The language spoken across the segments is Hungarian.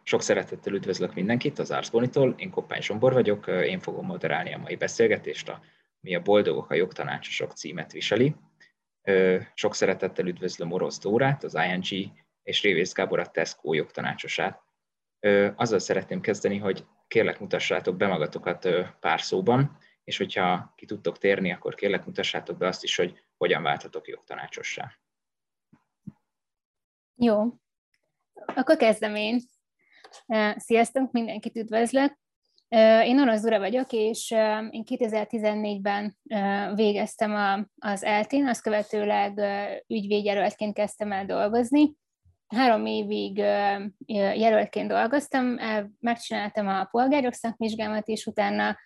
Sok szeretettel üdvözlök mindenkit az Ars Bonitól, én Koppány Zsombor vagyok, én fogom moderálni a mai beszélgetést, ami a Boldogok a jogtanácsosok címet viseli. Sok szeretettel üdvözlöm Orosz Dórát, az ING, és Révész Gábor, a Tesco jogtanácsosát. Azzal szeretném kezdeni, hogy kérlek mutassátok be magatokat pár szóban, és hogyha ki tudtok térni, akkor kérlek mutassátok be azt is, hogy hogyan válthatok jogtanácsossá. Jó, akkor kezdem én. Sziasztok, mindenkit üdvözlök. Én Orosz Dóra vagyok, és én 2014-ben végeztem az ELTE-n, azt követőleg ügyvédjelöltként kezdtem el dolgozni. 3 évig jelöltként dolgoztam, megcsináltam a polgárjog szakvizsgámat, és utána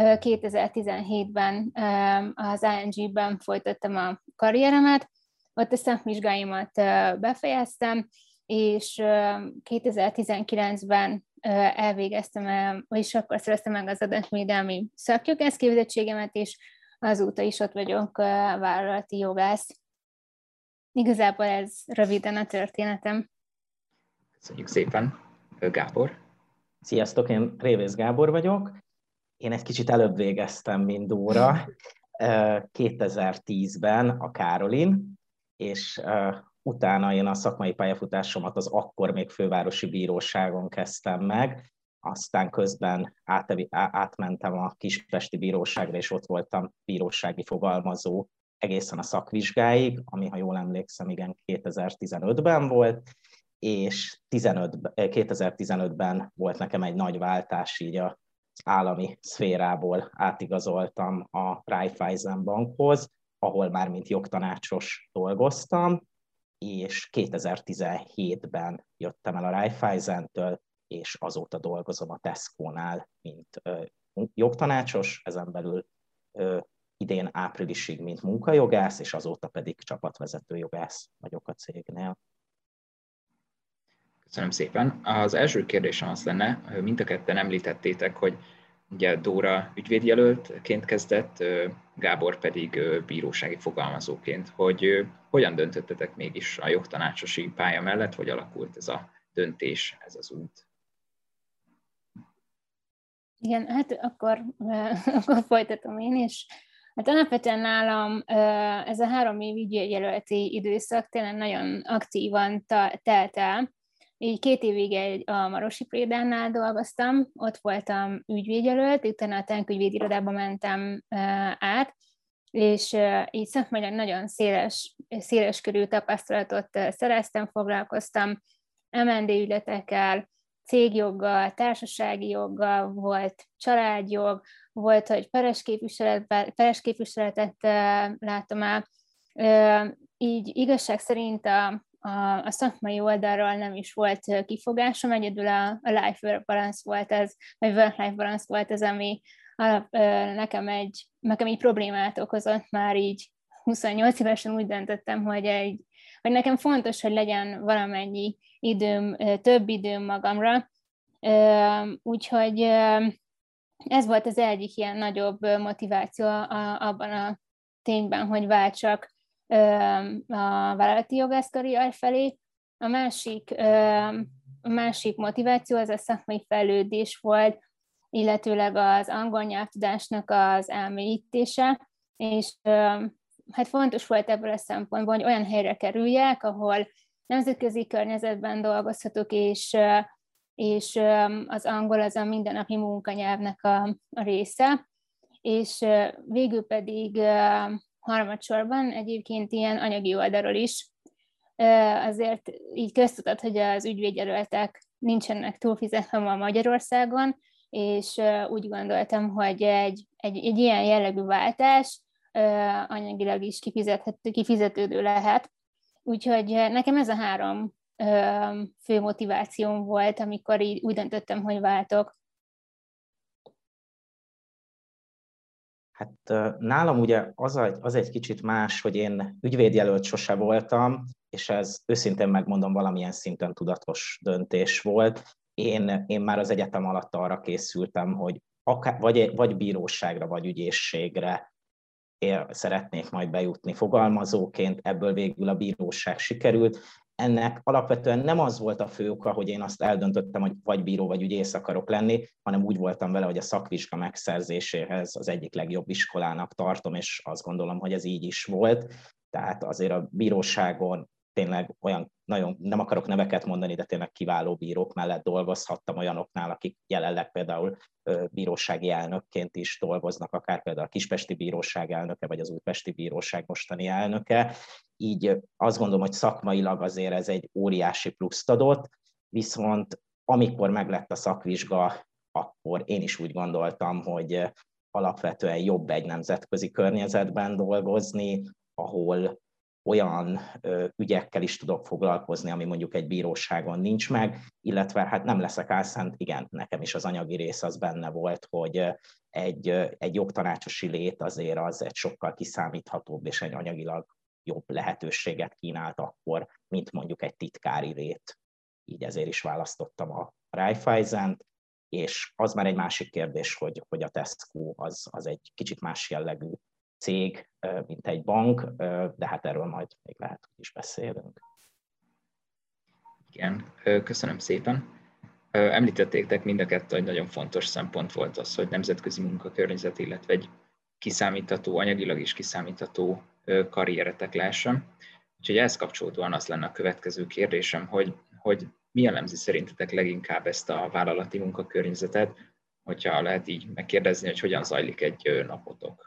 2017-ben az ING-ben folytattam a karrieremet, ott a szakvizsgáimat befejeztem, és 2019-ben elvégeztem, vagyis akkor szereztem meg az adatvédelmi szakjogász képzettségemet, és azóta is ott vagyok vállalati jogász. Igazából ez röviden a történetem. Köszönjük szépen. Gábor? Sziasztok, én Révész Gábor vagyok. Én egy kicsit előbb végeztem, mint Dóra, 2010-ben a Károlin, és utána én a szakmai pályafutásomat az akkor még fővárosi bíróságon kezdtem meg, aztán közben átmentem a Kispesti Bíróságra, és ott voltam bírósági fogalmazó egészen a szakvizsgáig, ami, ha jól emlékszem, igen, 2015-ben volt, és 2015-ben volt nekem egy nagy váltás, így az állami szférából átigazoltam a Raiffeisen Bankhoz, ahol már mint jogtanácsos dolgoztam, és 2017-ben jöttem el a Raiffeisentől, és azóta dolgozom a Tesco-nál, mint jogtanácsos, ezen belül idén áprilisig, mint munkajogász, és azóta pedig csapatvezető jogász vagyok a cégnél. Köszönöm szépen. Az első kérdésem az lenne, mind a ketten említettétek, hogy ugye Dóra ügyvédjelöltként kezdett, Gábor pedig bírósági fogalmazóként, hogy hogyan döntöttetek mégis a jogtanácsosi pálya mellett, hogy alakult ez a döntés, ez az út? Igen, hát akkor folytatom én is. Hát alapvetően nálam ez a 3 év ügyvédjelölti időszak tényleg nagyon aktívan telt el. Így 2 évig a Marosi Prédánál dolgoztam, ott voltam ügyvédjelölt, utána a tankügyvédirodába mentem át, és így szakmailag nagyon széles körű tapasztalatot szereztem, foglalkoztam M&A ügyletekkel, cégjoggal, társasági joggal, volt családjog, volt, hogy peres képviseletet láttam el. Így igazság szerint a szakmai oldalról nem is volt kifogásom, egyedül a life-work balance volt ez, vagy work-life balance volt ez, ami nekem így problémát okozott, már így 28 évesen úgy döntöttem, hogy nekem fontos, hogy legyen valamennyi időm, több időm magamra. Úgyhogy ez volt az egyik ilyen nagyobb motiváció abban a tényben, hogy váltsak a vállalati jogászkarrier felé. A másik motiváció az a szakmai fejlődés volt, illetőleg az angol nyelvtudásnak az elmélyítése, és hát fontos volt ebből a szempontból, hogy olyan helyre kerüljek, ahol nemzetközi környezetben dolgozhatok, és az angol az a mindennapi munkanyelvnek a része, és végül pedig harmadsorban egyébként ilyen anyagi oldalról is. Azért így köztudott, hogy az ügyvédjelöltek nincsenek túlfizetve ma Magyarországon, és úgy gondoltam, hogy egy ilyen jellegű váltás anyagilag is kifizetődő lehet. Úgyhogy nekem ez a 3 fő motivációm volt, amikor így úgy döntöttem, hogy váltok. Hát nálam ugye az egy kicsit más, hogy én ügyvédjelölt sose voltam, és ez őszintén megmondom, valamilyen szinten tudatos döntés volt. Én már az egyetem alatt arra készültem, hogy vagy bíróságra, vagy ügyészségre szeretnék majd bejutni fogalmazóként, ebből végül a bíróság sikerült, ennek alapvetően nem az volt a fő oka, hogy én azt eldöntöttem, hogy vagy bíró, vagy ügyész akarok lenni, hanem úgy voltam vele, hogy a szakvizsga megszerzéséhez az egyik legjobb iskolának tartom, és azt gondolom, hogy ez így is volt. Tehát azért a bíróságon tényleg olyan, nagyon, nem akarok neveket mondani, de tényleg kiváló bírók mellett dolgozhattam olyanoknál, akik jelenleg például bírósági elnökként is dolgoznak, akár például a Kispesti Bíróság elnöke, vagy az Újpesti Bíróság mostani elnöke. Így azt gondolom, hogy szakmailag azért ez egy óriási pluszt adott, viszont amikor meglett a szakvizsga, akkor én is úgy gondoltam, hogy alapvetően jobb egy nemzetközi környezetben dolgozni, ahol olyan ügyekkel is tudok foglalkozni, ami mondjuk egy bíróságon nincs meg, illetve hát nem leszek álszánt, igen, nekem is az anyagi rész az benne volt, hogy egy jogtanácsosi lét azért az egy sokkal kiszámíthatóbb és egy anyagilag jobb lehetőséget kínált akkor, mint mondjuk egy titkári lét. Így ezért is választottam a Raiffeisent, és az már egy másik kérdés, hogy a Tesco az egy kicsit más jellegű cég, mint egy bank, de hát erről majd még lehet, hogy is beszélünk. Igen, köszönöm szépen. Említettétek mind a kettő, hogy nagyon fontos szempont volt az, hogy nemzetközi munkakörnyezet, illetve egy kiszámítható, anyagilag is kiszámítható karrieretek lehessen. Úgyhogy ehhez kapcsolódóan az lenne a következő kérdésem, hogy mi jellemzi szerintetek leginkább ezt a vállalati munkakörnyezetet, hogyha lehet így megkérdezni, hogy hogyan zajlik egy napotok.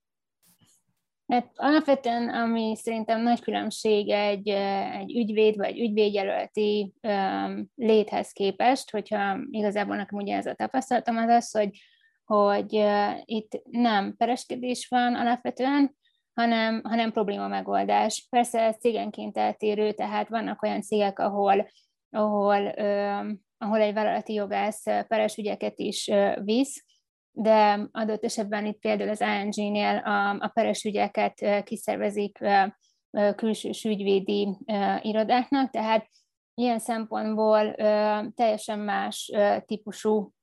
Hát alapvetően, ami szerintem nagy különbség egy ügyvéd vagy ügyvédjelölti léthez képest, hogyha igazából nekem ugye ez a tapasztalatom az, hogy itt nem pereskedés van alapvetően, hanem probléma megoldás. Persze ez cégenként eltérő, tehát vannak olyan cégek, ahol egy vállalati jogász peres ügyeket is visz, de adott esetben itt például az ING-nél a peres ügyeket kiszervezik külsős ügyvédi irodáknak, tehát ilyen szempontból teljesen más típusú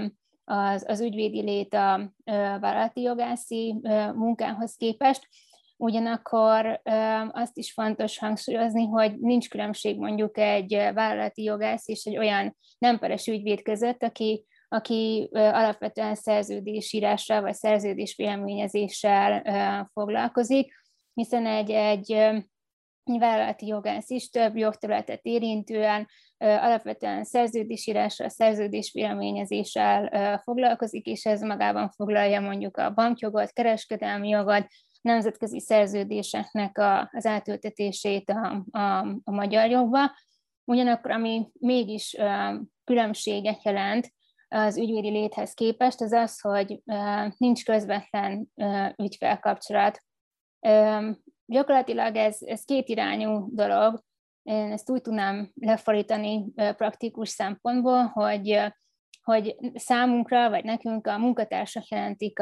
az ügyvédi lét a vállalati jogászi munkához képest. Ugyanakkor azt is fontos hangsúlyozni, hogy nincs különbség mondjuk egy vállalati jogász és egy olyan nem peres ügyvéd között, aki alapvetően szerződésírással vagy szerződésvéleményezéssel foglalkozik, hiszen egy vállalati jogász is több jogterületet érintően alapvetően szerződésírással, szerződésvéleményezéssel foglalkozik, és ez magában foglalja mondjuk a bankjogot, kereskedelmi jogot, nemzetközi szerződéseknek az átültetését a magyar jogba. Ugyanakkor, ami mégis különbséget jelent az ügyvédi léthez képest, az az, hogy nincs közvetlen ügyfélkapcsolat. Gyakorlatilag ez kétirányú dolog. Én ezt úgy tudnám lefordítani praktikus szempontból, hogy számunkra, vagy nekünk a munkatársak jelentik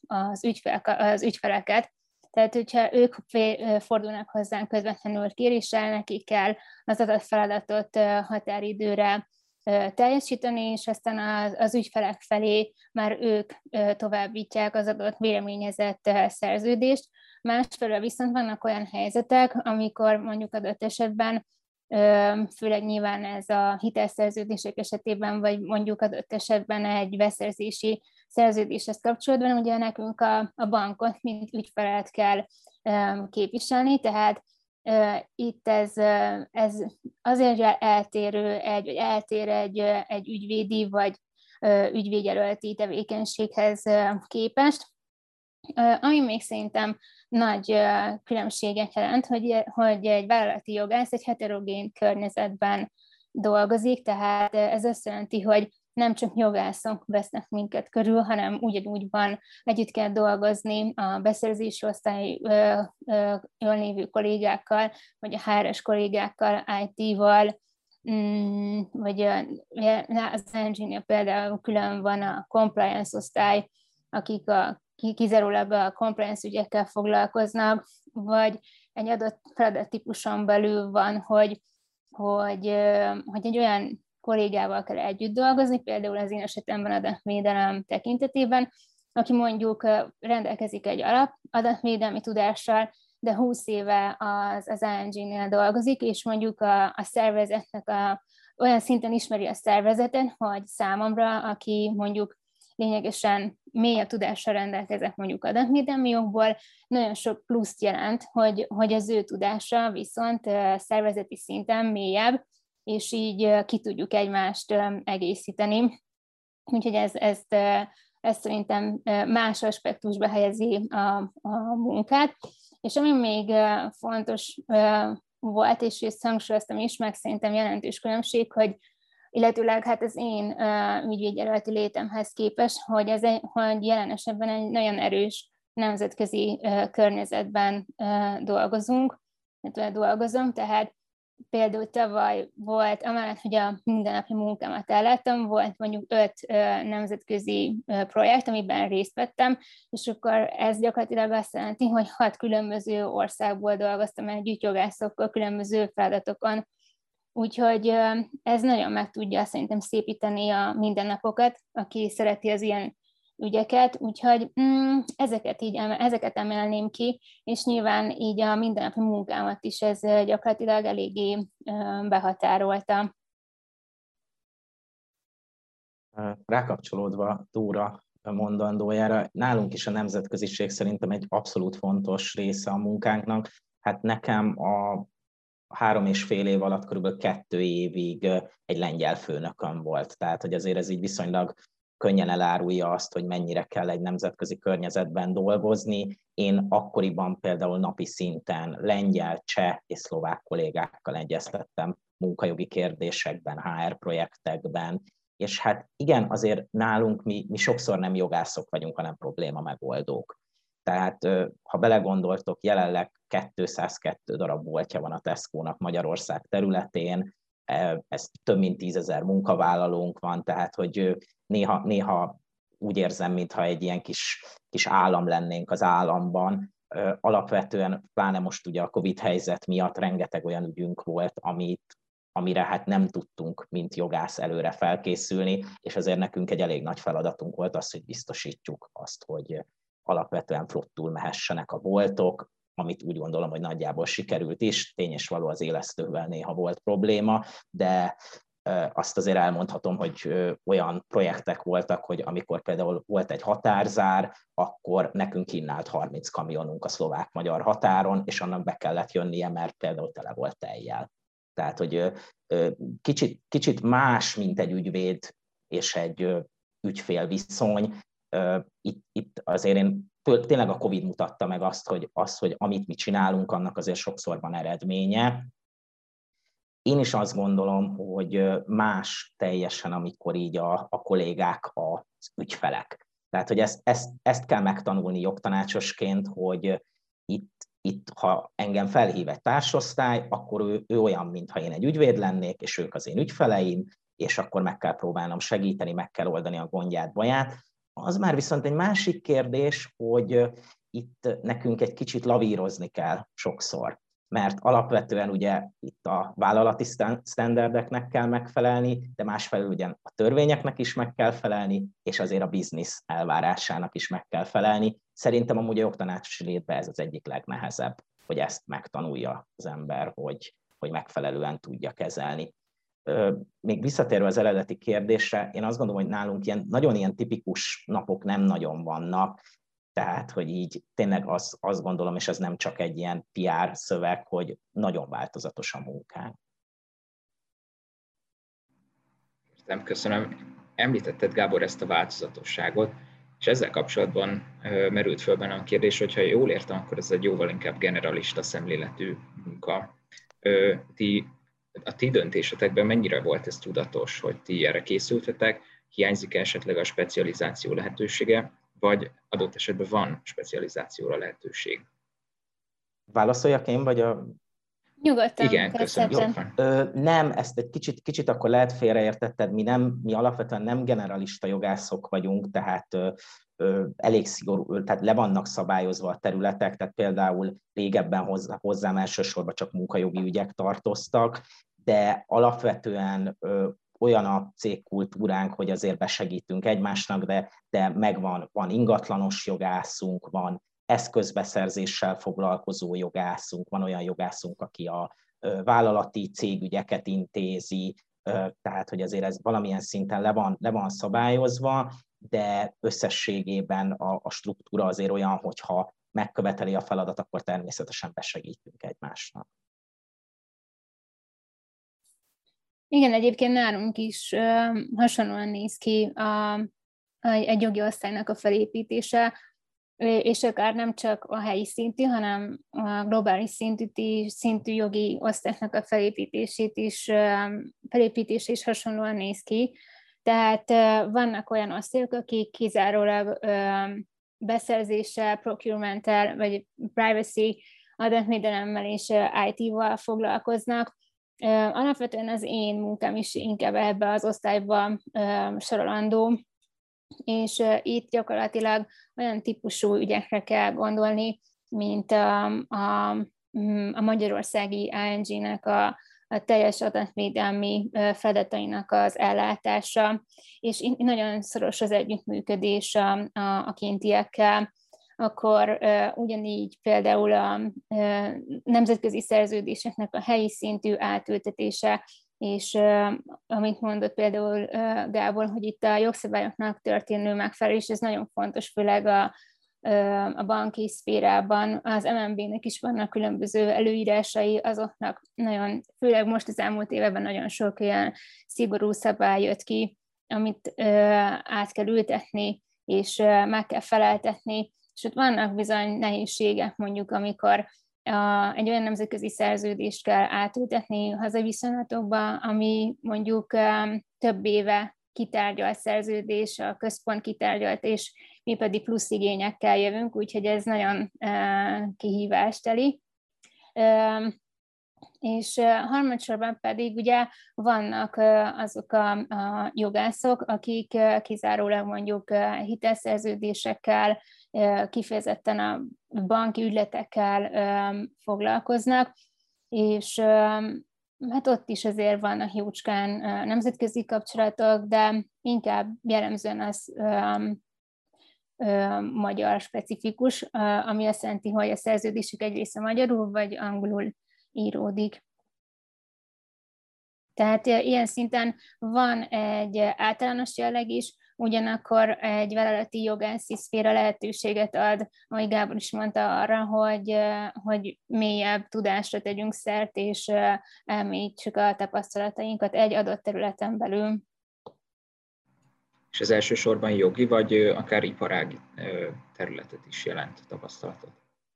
az ügyfeleket. Tehát, hogyha ők fordulnak hozzánk közvetlenül kéréssel, nekik kell az adott feladatot határidőre teljesíteni, és aztán az ügyfelek felé már ők továbbítják az adott véleményezett szerződést. Másfelől viszont vannak olyan helyzetek, amikor mondjuk adott esetben, főleg nyilván ez a hitelszerződések esetében, vagy mondjuk adott esetben egy beszerzési szerződéshez kapcsolatban, ugye nekünk a bankot, mint ügyfelet kell képviselni, tehát itt ez azért eltér egy ügyvédi vagy ügyvédjelölti tevékenységhez képest. Ami még szerintem nagy különbséget jelent, hogy egy vállalati jogász egy heterogén környezetben dolgozik, tehát ez azt jelenti, hogy nem csak jogászok vesznek minket körül, hanem ugyanúgy együtt kell dolgozni a beszerzési osztályon lévő kollégákkal, vagy a HR-es kollégákkal, IT-val, vagy az engineer például külön van a compliance osztály, akik kizárólag a compliance ügyekkel foglalkoznak, vagy egy adott feladattípuson belül van, hogy egy olyan kollégával kell együtt dolgozni, például az én esetemben adatvédelem tekintetében, aki mondjuk rendelkezik egy alapadatvédelmi tudással, de 20 éve az ING-nél dolgozik, és mondjuk a szervezetnek olyan szinten ismeri a szervezetet, hogy számomra, aki mondjuk lényegesen mélyebb tudással rendelkezett mondjuk adatvédelmi jogból, nagyon sok pluszt jelent, hogy az ő tudása viszont szervezeti szinten mélyebb, és így ki tudjuk egymást egészíteni. Úgyhogy ez szerintem más aspektusba helyezi a munkát. És ami még fontos volt, és ezt hangsúlyoztam is, meg szerintem jelentős különbség, hogy illetőleg hát az én ügyvédjelölti létemhez képest, hogy jelen esetben egy nagyon erős nemzetközi környezetben dolgozom, tehát például tavaly volt, amellett, hogy a mindennapi munkámat elláttam, volt mondjuk 5 nemzetközi projekt, amiben részt vettem, és akkor ez gyakorlatilag azt jelenti, hogy 6 különböző országból dolgoztam együtt jogászokkal, különböző feladatokon. Úgyhogy ez nagyon meg tudja szerintem szépíteni a mindennapokat, aki szereti az ilyen ügyeket, úgyhogy ezeket emelném ki, és nyilván így a mindennapi munkámat is ez gyakorlatilag eléggé behatárolta. Rákapcsolódva Dóra mondandójára, nálunk is a nemzetköziség szerintem egy abszolút fontos része a munkánknak. Hát nekem a 3,5 év alatt körülbelül 2 évig egy lengyel főnököm volt, tehát hogy azért ez így viszonylag könnyen elárulja azt, hogy mennyire kell egy nemzetközi környezetben dolgozni. Én akkoriban például napi szinten lengyel, cseh és szlovák kollégákkal egyeztettem munkajogi kérdésekben, HR projektekben, és hát igen, azért nálunk mi sokszor nem jogászok vagyunk, hanem probléma megoldók. Tehát ha belegondoltok, jelenleg 202 darab boltja van a Tesco-nak Magyarország területén, ez több mint 10 000 munkavállalónk van, tehát hogy néha úgy érzem, mintha egy ilyen kis állam lennénk az államban. Alapvetően, pláne most ugye a Covid helyzet miatt rengeteg olyan ügyünk volt, amire hát nem tudtunk, mint jogász előre felkészülni, és azért nekünk egy elég nagy feladatunk volt az, hogy biztosítjuk azt, hogy alapvetően flottul mehessenek a boltok, amit úgy gondolom, hogy nagyjából sikerült is. Tény és való, az élesztővel néha volt probléma, de azt azért elmondhatom, hogy olyan projektek voltak, hogy amikor például volt egy határzár, akkor nekünk innált 30 kamionunk a szlovák-magyar határon, és annak be kellett jönnie, mert például tele volt tejjel. Tehát, hogy kicsit más, mint egy ügyvéd és egy ügyfél viszony. Itt azért én tényleg a Covid mutatta meg azt, hogy amit mi csinálunk, annak azért sokszor van eredménye. Én is azt gondolom, hogy más teljesen, amikor így a kollégák az ügyfelek. Tehát, hogy ezt kell megtanulni jogtanácsosként, hogy itt ha engem felhív egy társosztály, akkor ő olyan, mintha én egy ügyvéd lennék, és ők az én ügyfeleim, és akkor meg kell próbálnom segíteni, meg kell oldani a gondját, baját. Az már viszont egy másik kérdés, hogy itt nekünk egy kicsit lavírozni kell sokszor, mert alapvetően ugye itt a vállalati sztenderdeknek kell megfelelni, de másfelől ugye a törvényeknek is meg kell felelni, és azért a biznisz elvárásának is meg kell felelni. Szerintem amúgy a jogtanácsosi létben ez az egyik legnehezebb, hogy ezt megtanulja az ember, hogy megfelelően tudja kezelni. Még visszatérve az eredeti kérdésre, én azt gondolom, hogy nálunk nagyon ilyen tipikus napok nem nagyon vannak, tehát, hogy így tényleg azt gondolom, és ez nem csak egy ilyen PR szöveg, hogy nagyon változatos a munkánk. Nem, köszönöm. Említetted, Gábor, ezt a változatosságot, és ezzel kapcsolatban merült föl bennem a kérdés, hogyha jól értem, akkor ez egy jóval inkább generalista szemléletű munka. A ti döntésetekben mennyire volt ez tudatos, hogy ti erre készültetek, hiányzik esetleg a specializáció lehetősége, vagy adott esetben van specializációra lehetőség? Válaszoljak én, vagy a... Nyugodtan. Igen, köszönöm. Nem, ezt egy kicsit akkor lehet félreértetted, mi alapvetően nem generalista jogászok vagyunk, tehát elég szigorú, tehát le vannak szabályozva a területek, tehát például régebben hozzám elsősorban csak munkajogi ügyek tartoztak, de alapvetően olyan a cégkultúránk, hogy azért besegítünk egymásnak, de megvan ingatlanos jogászunk, van eszközbeszerzéssel foglalkozó jogászunk, van olyan jogászunk, aki a vállalati cégügyeket intézi, tehát hogy azért ez valamilyen szinten le van szabályozva, de összességében a struktúra azért olyan, hogyha megköveteli a feladat, akkor természetesen besegítünk egymásnak. Igen, egyébként nálunk is hasonlóan néz ki egy jogi osztálynak a felépítése, és akár nem csak a helyi szintű, hanem a globális szintű jogi osztályoknak a felépítése is hasonlóan néz ki. Tehát vannak olyan osztályok, akik kizárólag beszerzéssel, procurement-tel, vagy privacy, adatvédelemmel és IT-val foglalkoznak. Alapvetően az én munkám is inkább ebbe az osztályba sorolandó, és itt gyakorlatilag olyan típusú ügyekre kell gondolni, mint a magyarországi ANG-nek a teljes adatvédelmi feladatainak az ellátása, és nagyon szoros az együttműködés a kintiekkel. Akkor ugyanígy például a nemzetközi szerződéseknek a helyi szintű átültetése, és amit mondott például Gábor, hogy itt a jogszabályoknak történő megfelelés, ez nagyon fontos, főleg a banki szférában. Az MNB-nek is vannak különböző előírásai, azoknak nagyon, főleg most az elmúlt években nagyon sok ilyen szigorú szabály jött ki, amit át kell ültetni, és meg kell feleltetni, és ott vannak bizony nehézségek, mondjuk, amikor egy olyan nemzetközi szerződést kell átültetni hazaviszonylatokba, ami mondjuk több éve kitárgyalt szerződés, a központ kitárgyalt, és mi pedig plusz igényekkel jövünk, úgyhogy ez nagyon kihívásteli. És harmadsorban pedig ugye vannak azok a jogászok, akik kizárólag mondjuk hitelszerződésekkel, kifejezetten a banki ügyletekkel foglalkoznak, és hát ott is azért vannak jócskán nemzetközi kapcsolatok, de inkább jellemzően az magyar specifikus, ami azt jelenti, hogy a szerződésük egy része magyarul vagy angolul íródik. Tehát ilyen szinten van egy általános jelleg is, ugyanakkor egy vállalati jogászi szféra lehetőséget ad, ahogy Gábor is mondta, arra, hogy mélyebb tudásra tegyünk szert, és elmélyítsük a tapasztalatainkat egy adott területen belül. És ez elsősorban jogi, vagy akár iparági területet is jelent tapasztalatot?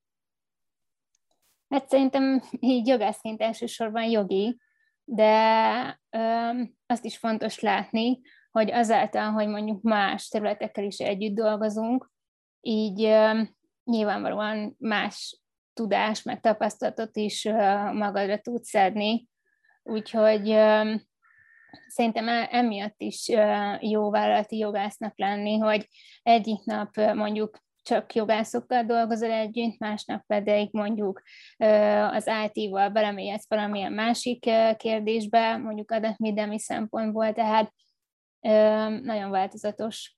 Hát szerintem így jogászként elsősorban jogi, de azt is fontos látni, hogy azáltal, hogy mondjuk más területekkel is együtt dolgozunk, így nyilvánvalóan más tudás, meg tapasztalatot is magadra tudsz szedni. Úgyhogy szerintem emiatt is jó vállalati jogásznak lenni, hogy egyik nap mondjuk csak jogászokkal dolgozol együtt, másnap pedig mondjuk az IT-val belemélyedsz valamilyen másik kérdésbe, mondjuk adatvédelmi szempontból, tehát nagyon változatos.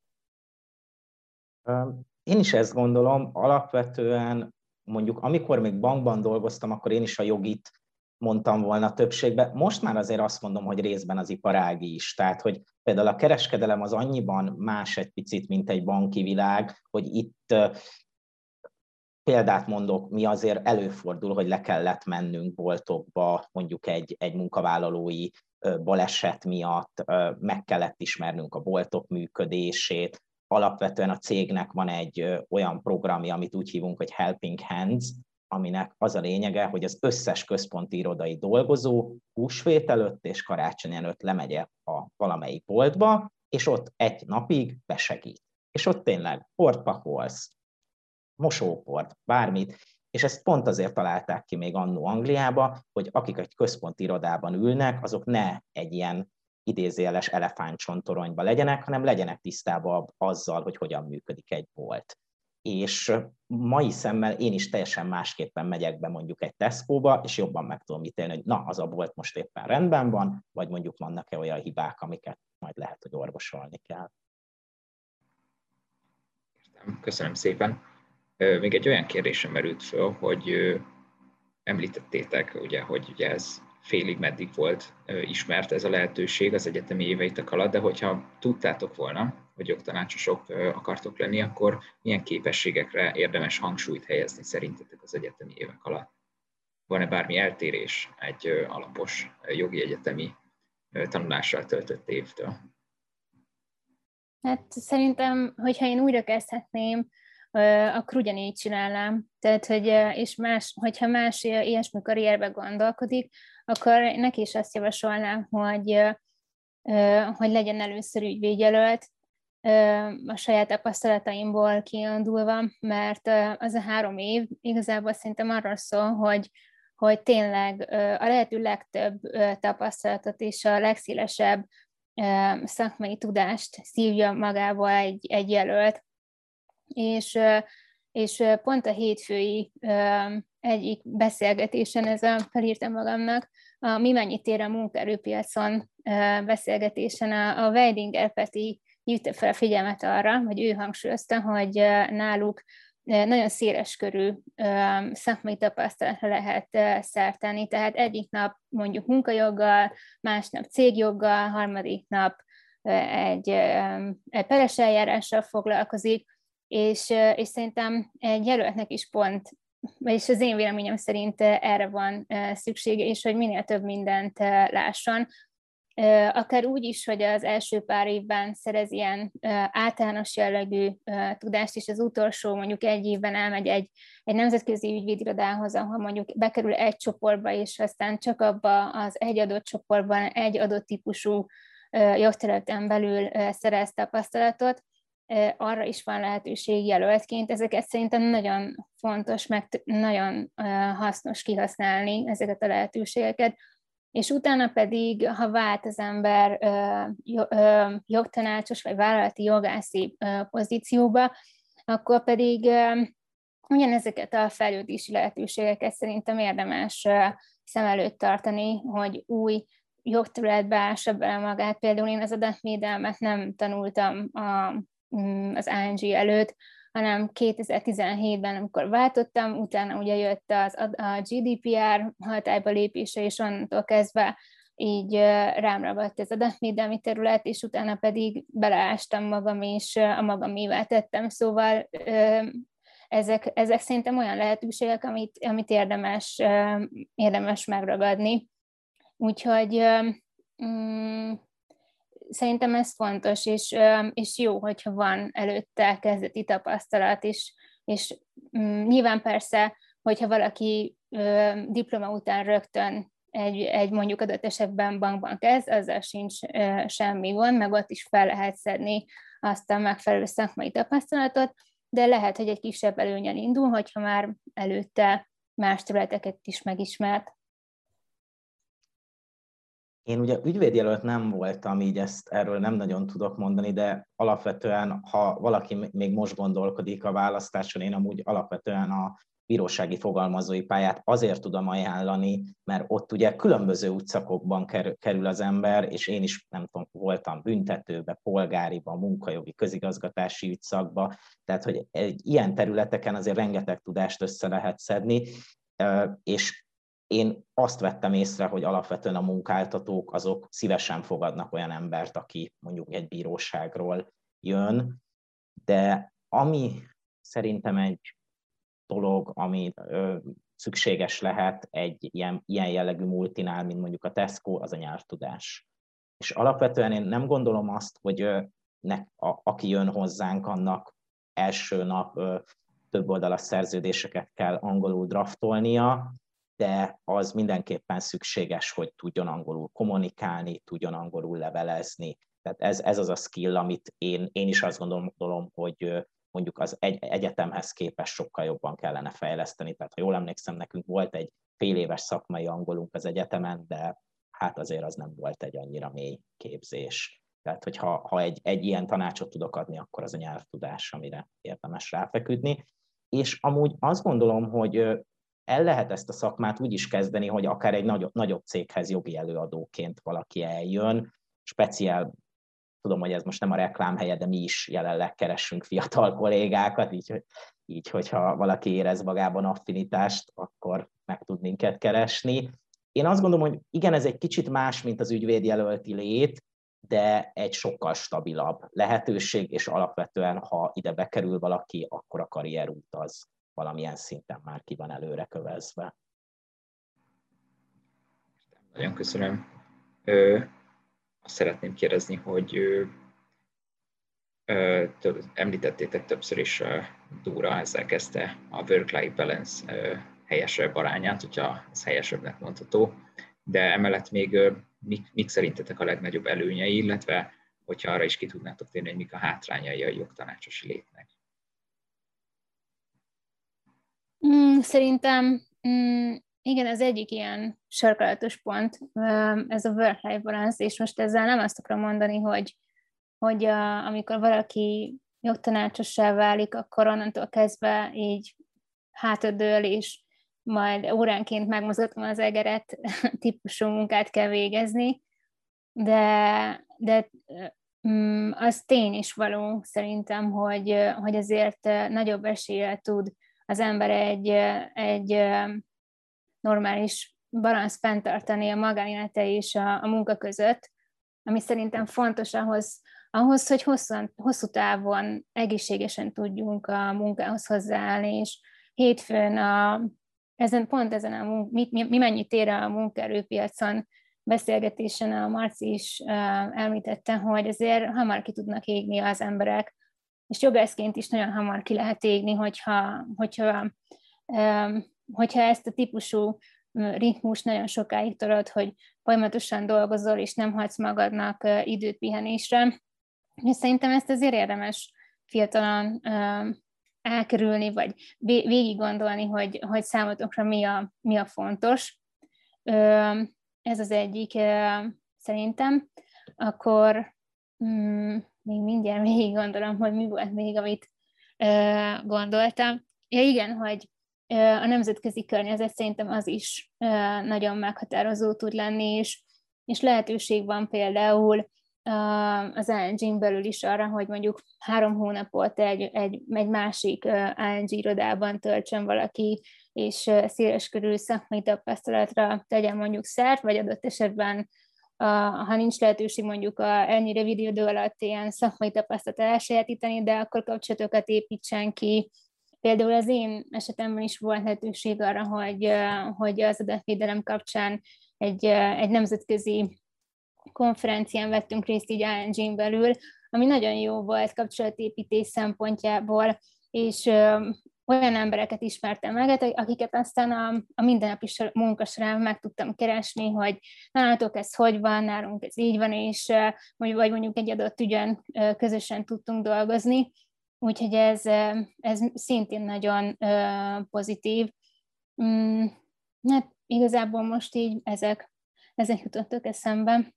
Én is ezt gondolom, alapvetően mondjuk amikor még bankban dolgoztam, akkor én is a jogit mondtam volna többségben. Most már azért azt mondom, hogy részben az iparági is. Tehát, hogy például a kereskedelem az annyiban más egy picit, mint egy banki világ, hogy itt példát mondok, mi azért előfordul, hogy le kellett mennünk boltokba, mondjuk egy munkavállalói baleset miatt, meg kellett ismernünk a boltok működését. Alapvetően a cégnek van egy olyan programja, amit úgy hívunk, hogy Helping Hands, aminek az a lényege, hogy az összes központi irodai dolgozó húsvét előtt és karácsony előtt lemegy a valamelyik boltba, és ott egy napig besegít. És ott tényleg port pakolsz, mosóport, bármit, és ezt pont azért találták ki még annó Angliába, hogy akik egy központi irodában ülnek, azok ne egy ilyen idézőjeles elefántcsontoronyba legyenek, hanem legyenek tisztában azzal, hogy hogyan működik egy bolt. És mai szemmel én is teljesen másképpen megyek be mondjuk egy Tesco-ba, és jobban meg tudom ítélni, hogy na, az a bolt most éppen rendben van, vagy mondjuk vannak-e olyan hibák, amiket majd lehet, hogy orvosolni kell. Köszönöm szépen. Még egy olyan kérdésem merült föl, hogy említettétek, ugye, hogy ugye ez félig meddig volt ismert ez a lehetőség az egyetemi éveitek alatt, de hogyha tudtátok volna, hogy jogtanácsosok akartok lenni, akkor milyen képességekre érdemes hangsúlyt helyezni szerintetek az egyetemi évek alatt? Van-e bármi eltérés egy alapos jogi egyetemi tanulással töltött évtől? Hát szerintem, hogyha én újra kezdhetném, akkor ugyanígy csinálnám. Tehát, hogyha más ilyesmi karrierbe gondolkodik, akkor neki is azt javasolnám, hogy legyen először ügyvédjelölt, a saját tapasztalataimból kiindulva, mert az a 3 év igazából szerintem arról szól, hogy tényleg a lehető legtöbb tapasztalatot és a legszélesebb szakmai tudást szívja magába egy jelölt. És pont a hétfői egyik beszélgetésen, felírtam magamnak, a Mi mennyit ér a munkaerőpiacon beszélgetésen a Weidinger Peti hívta fel a figyelmet arra, hogy ő hangsúlyozta, hogy náluk nagyon széles körű szakmai tapasztalatra lehet szert tenni, tehát egyik nap mondjuk munkajoggal, másnap cégjoggal, harmadik nap egy peres eljárással foglalkozik, és szerintem egy jelöltnek is pont, vagyis az én véleményem szerint erre van szüksége, és hogy minél több mindent lásson. Akár úgy is, hogy az első pár évben szerez ilyen általános jellegű tudást, és az utolsó mondjuk 1 évben elmegy egy nemzetközi ügyvédirodához, ahol mondjuk bekerül egy csoportba, és aztán csak abba az egy adott csoportban egy adott típusú jogterületen belül szerez tapasztalatot, arra is van lehetőség jelöltként. Ezeket szerintem nagyon fontos, meg nagyon hasznos kihasználni ezeket a lehetőségeket. És utána pedig, ha vált az ember jogtanácsos vagy vállalati jogászi pozícióba, akkor pedig ugyanezeket a fejlődési lehetőségeket szerintem érdemes szem előtt tartani, hogy új jogterületbe ássa bele magát. Például én az adatvédelmet nem tanultam az ANG előtt, hanem 2017-ben, amikor váltottam, utána ugye jött a GDPR hatályba lépése, és onnantól kezdve így rám ragadt ez adatvédelmi terület, és utána pedig beleástam magam, és a magamévá tettem. Szóval ezek szerintem olyan lehetőségek, amit érdemes megragadni. Úgyhogy szerintem ez fontos, és jó, hogyha van előtte kezdeti tapasztalat, és nyilván persze, hogyha valaki diploma után rögtön egy mondjuk adott esetben bankban kezd, azzal sincs semmi gond, meg ott is fel lehet szedni azt a megfelelő szakmai tapasztalatot, de lehet, hogy egy kisebb előnnyel indul, hogyha már előtte más területeket is megismert. Én ugye ügyvédjelölt nem voltam, így erről nem nagyon tudok mondani, de alapvetően, ha valaki még most gondolkodik a választáson, én amúgy alapvetően a bírósági fogalmazói pályát azért tudom ajánlani, mert ott ugye különböző útszakokban kerül az ember, és én is nem tudom, voltam büntetőbe, polgáriba, munkajogi, közigazgatási ügyszakba, tehát hogy ilyen területeken azért rengeteg tudást össze lehet szedni, és én azt vettem észre, hogy alapvetően a munkáltatók azok szívesen fogadnak olyan embert, aki mondjuk egy bíróságról jön, de ami szerintem egy dolog, ami szükséges lehet egy ilyen jellegű multinál, mint mondjuk a Tesco, az a nyelvtudás. És alapvetően én nem gondolom azt, hogy aki jön hozzánk, annak első nap több oldalas szerződéseket kell angolul draftolnia, de az mindenképpen szükséges, hogy tudjon angolul kommunikálni, tudjon angolul levelezni. Tehát ez az a skill, amit én is azt gondolom, hogy mondjuk az egyetemhez képest sokkal jobban kellene fejleszteni. Tehát ha jól emlékszem, nekünk volt egy fél éves szakmai angolunk az egyetemen, de hát azért az nem volt egy annyira mély képzés. Tehát, hogyha egy ilyen tanácsot tudok adni, akkor az a nyelvtudás, amire érdemes ráfeküdni. És amúgy azt gondolom, hogy el lehet ezt a szakmát úgy is kezdeni, hogy akár egy nagyobb céghez jogi előadóként valaki eljön, speciál, tudom, hogy ez most nem a reklámhelye, de mi is jelenleg keressünk fiatal kollégákat, így így, hogyha valaki érez magában affinitást, akkor meg tud minket keresni. Én azt gondolom, hogy igen, ez egy kicsit más, mint az ügyvédjelölti lét, de egy sokkal stabilabb lehetőség, és alapvetően, ha ide bekerül valaki, akkor a karrierút az valamilyen szinten már ki van előre kövezve. Nagyon köszönöm. Azt szeretném kérdezni, hogy említettétek többször is, Dóra ezzel kezdte a work-life balance helyesebb arányát, hogyha ez helyesebbnek mondható, de emellett még mik szerintetek a legnagyobb előnyei, illetve hogyha arra is ki tudnátok térni, hogy mik a hátrányai a jogtanácsosi létnek? Szerintem igen, az egyik ilyen sarkalatos pont, ez a work-life balance, és most ezzel nem azt akarom mondani, hogy amikor valaki jogtanácsossá válik, akkor onnantól kezdve így hátradől, és majd óránként megmozgatom az egeret típusú munkát kell végezni, de az tény is való szerintem, hogy azért nagyobb eséllyel tud az ember egy normális balansz fenntartani a magánélete és a munka között, ami szerintem fontos ahhoz, hogy hosszú távon egészségesen tudjunk a munkához hozzáállni, és hétfőn mi mennyit ér a munkaerőpiacon beszélgetésen a Marci is említette, hogy azért hamar ki tudnak égni az emberek, és jogászként is nagyon hamar ki lehet égni, hogyha ezt a típusú ritmus nagyon sokáig tolod, hogy folyamatosan dolgozol, és nem hagysz magadnak időt pihenésre. És szerintem ezt azért érdemes fiatalon elkerülni, vagy végig gondolni, hogy számotokra mi a fontos. Ez az egyik szerintem. Akkor még mindjárt végig gondolom, hogy mi volt még, amit gondoltam. Ja igen, hogy a nemzetközi környezet szerintem az is nagyon meghatározó tud lenni, és lehetőség van például az ING-n belül is arra, hogy mondjuk 3 hónapot egy másik ING irodában töltsön valaki, és széleskörű szakmai tapasztalatra tegyen mondjuk szert, vagy adott esetben, ha nincs lehetőség mondjuk ennyi rövid idő alatt ilyen szakmai tapasztalatot elsajátítani, de akkor kapcsolatokat építsen ki. Például az én esetemben is volt lehetőség arra, hogy az adatvédelem kapcsán egy nemzetközi konferencián vettünk részt így ING-n belül, ami nagyon jó volt kapcsolatépítés szempontjából, és olyan embereket ismertem meg, akiket aztán a mindennapi munka során meg tudtam keresni, hogy nálatok ez hogy van, nálunk ez így van, és vagy mondjuk egy adott ügyön közösen tudtunk dolgozni. Úgyhogy ez szintén nagyon pozitív. Hát igazából most így ezek jutottak eszembe.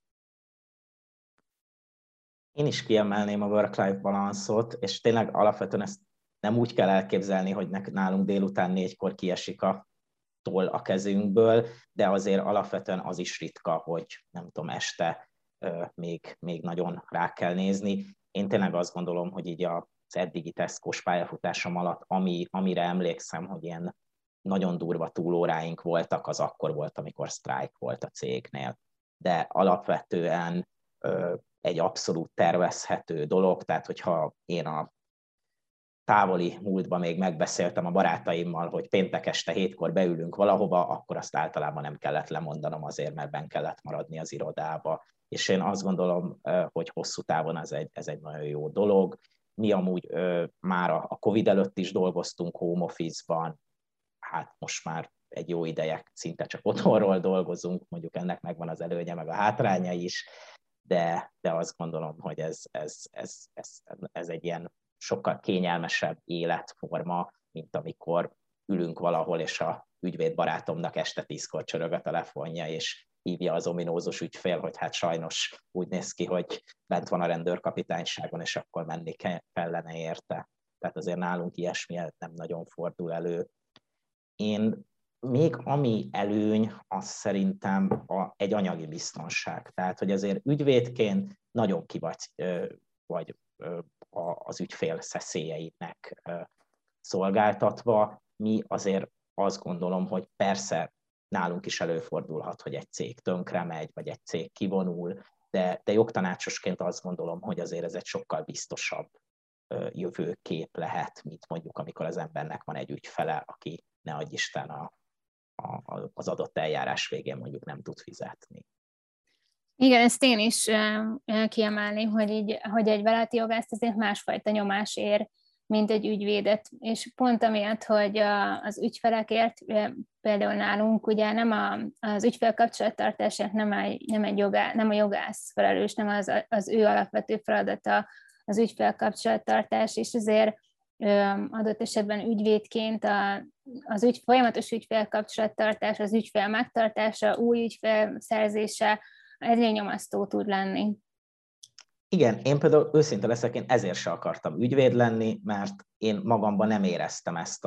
Én is kiemelném a work-life balance-ot, és tényleg alapvetően ezt nem úgy kell elképzelni, hogy nálunk délután 4-kor kiesik a toll a kezünkből, de azért alapvetően az is ritka, hogy nem tudom, este még nagyon rá kell nézni. Én tényleg azt gondolom, hogy így az eddigi Tesco-s pályafutásom alatt, amire emlékszem, hogy ilyen nagyon durva túlóráink voltak, az akkor volt, amikor sztrájk volt a cégnél. De alapvetően egy abszolút tervezhető dolog, tehát hogyha én a távoli múltban még megbeszéltem a barátaimmal, hogy péntek este 7-kor beülünk valahova, akkor azt általában nem kellett lemondanom azért, mert benn kellett maradni az irodába. És én azt gondolom, hogy hosszú távon ez egy nagyon jó dolog. Mi amúgy már a Covid előtt is dolgoztunk home office-ban, hát most már egy jó ideje szinte csak otthonról dolgozunk, mondjuk ennek megvan az előnye, meg a hátránya is, de azt gondolom, hogy ez egy ilyen sokkal kényelmesebb életforma, mint amikor ülünk valahol, és a ügyvédbarátomnak este 10-kor csörög a telefonja, és hívja az ominózus ügyfél, hogy hát sajnos úgy néz ki, hogy bent van a rendőrkapitányságon, és akkor menni kellene érte. Tehát azért nálunk ilyesmi nem nagyon fordul elő. Én még ami előny, az szerintem egy anyagi biztonság. Tehát, hogy azért ügyvédként nagyon vagy az ügyfél szeszélyeinek szolgáltatva. Mi azért azt gondolom, hogy persze nálunk is előfordulhat, hogy egy cég tönkre megy, vagy egy cég kivonul, de jogtanácsosként azt gondolom, hogy azért ez egy sokkal biztosabb jövőkép lehet, mint mondjuk amikor az embernek van egy ügyfele, aki ne adj Isten az adott eljárás végén mondjuk nem tud fizetni. Igen, ezt én is kiemelném, hogy egy vállalati jogászt azért másfajta nyomás ér, mint egy ügyvédet. És pont amiatt, hogy az ügyfelekért, például nálunk ugye nem az ügyfél kapcsolattartását nem a jogász felelős, nem az ő alapvető feladata az ügyfél kapcsolattartás, és azért adott esetben ügyvédként az folyamatos ügyfél kapcsolattartás, az ügyfél megtartása, új ügyfél szerzése ezért nyomasztó tud lenni. Igen, én például őszinte leszek, én ezért se akartam ügyvéd lenni, mert én magamban nem éreztem ezt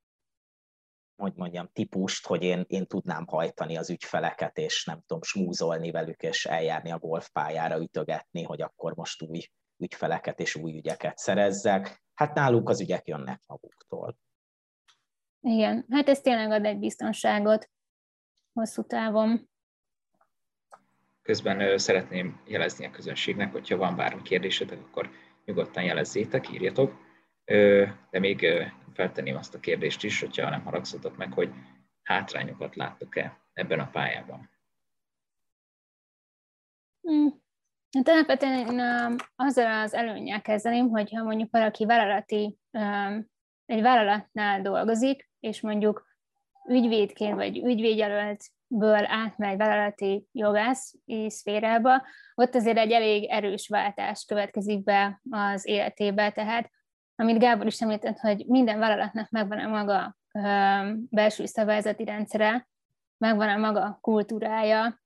típust, hogy én tudnám hajtani az ügyfeleket, és nem tudom, smúzolni velük, és eljárni a golfpályára, ütögetni, hogy akkor most új ügyfeleket és új ügyeket szerezzek. Hát náluk az ügyek jönnek maguktól. Igen, hát ez tényleg ad egy biztonságot hosszú távon. Közben szeretném jelezni a közönségnek, hogyha van bármi kérdésetek, akkor nyugodtan jelezzétek, írjatok. De még feltenném azt a kérdést is, hogyha nem haragszotok meg, hogy hátrányokat láttok-e ebben a pályában? Hát alapvetően én azzal az előnnyel kezdeném, hogyha mondjuk valaki egy vállalatnál dolgozik, és mondjuk ügyvédként vagy ügyvédjelöltből átmegy vállalati jogászi szférába, ott azért egy elég erős váltás következik be az életébe. Tehát, amit Gábor is említett, hogy minden vállalatnak megvan a maga belső szabályzati rendszere, megvan a maga kultúrája,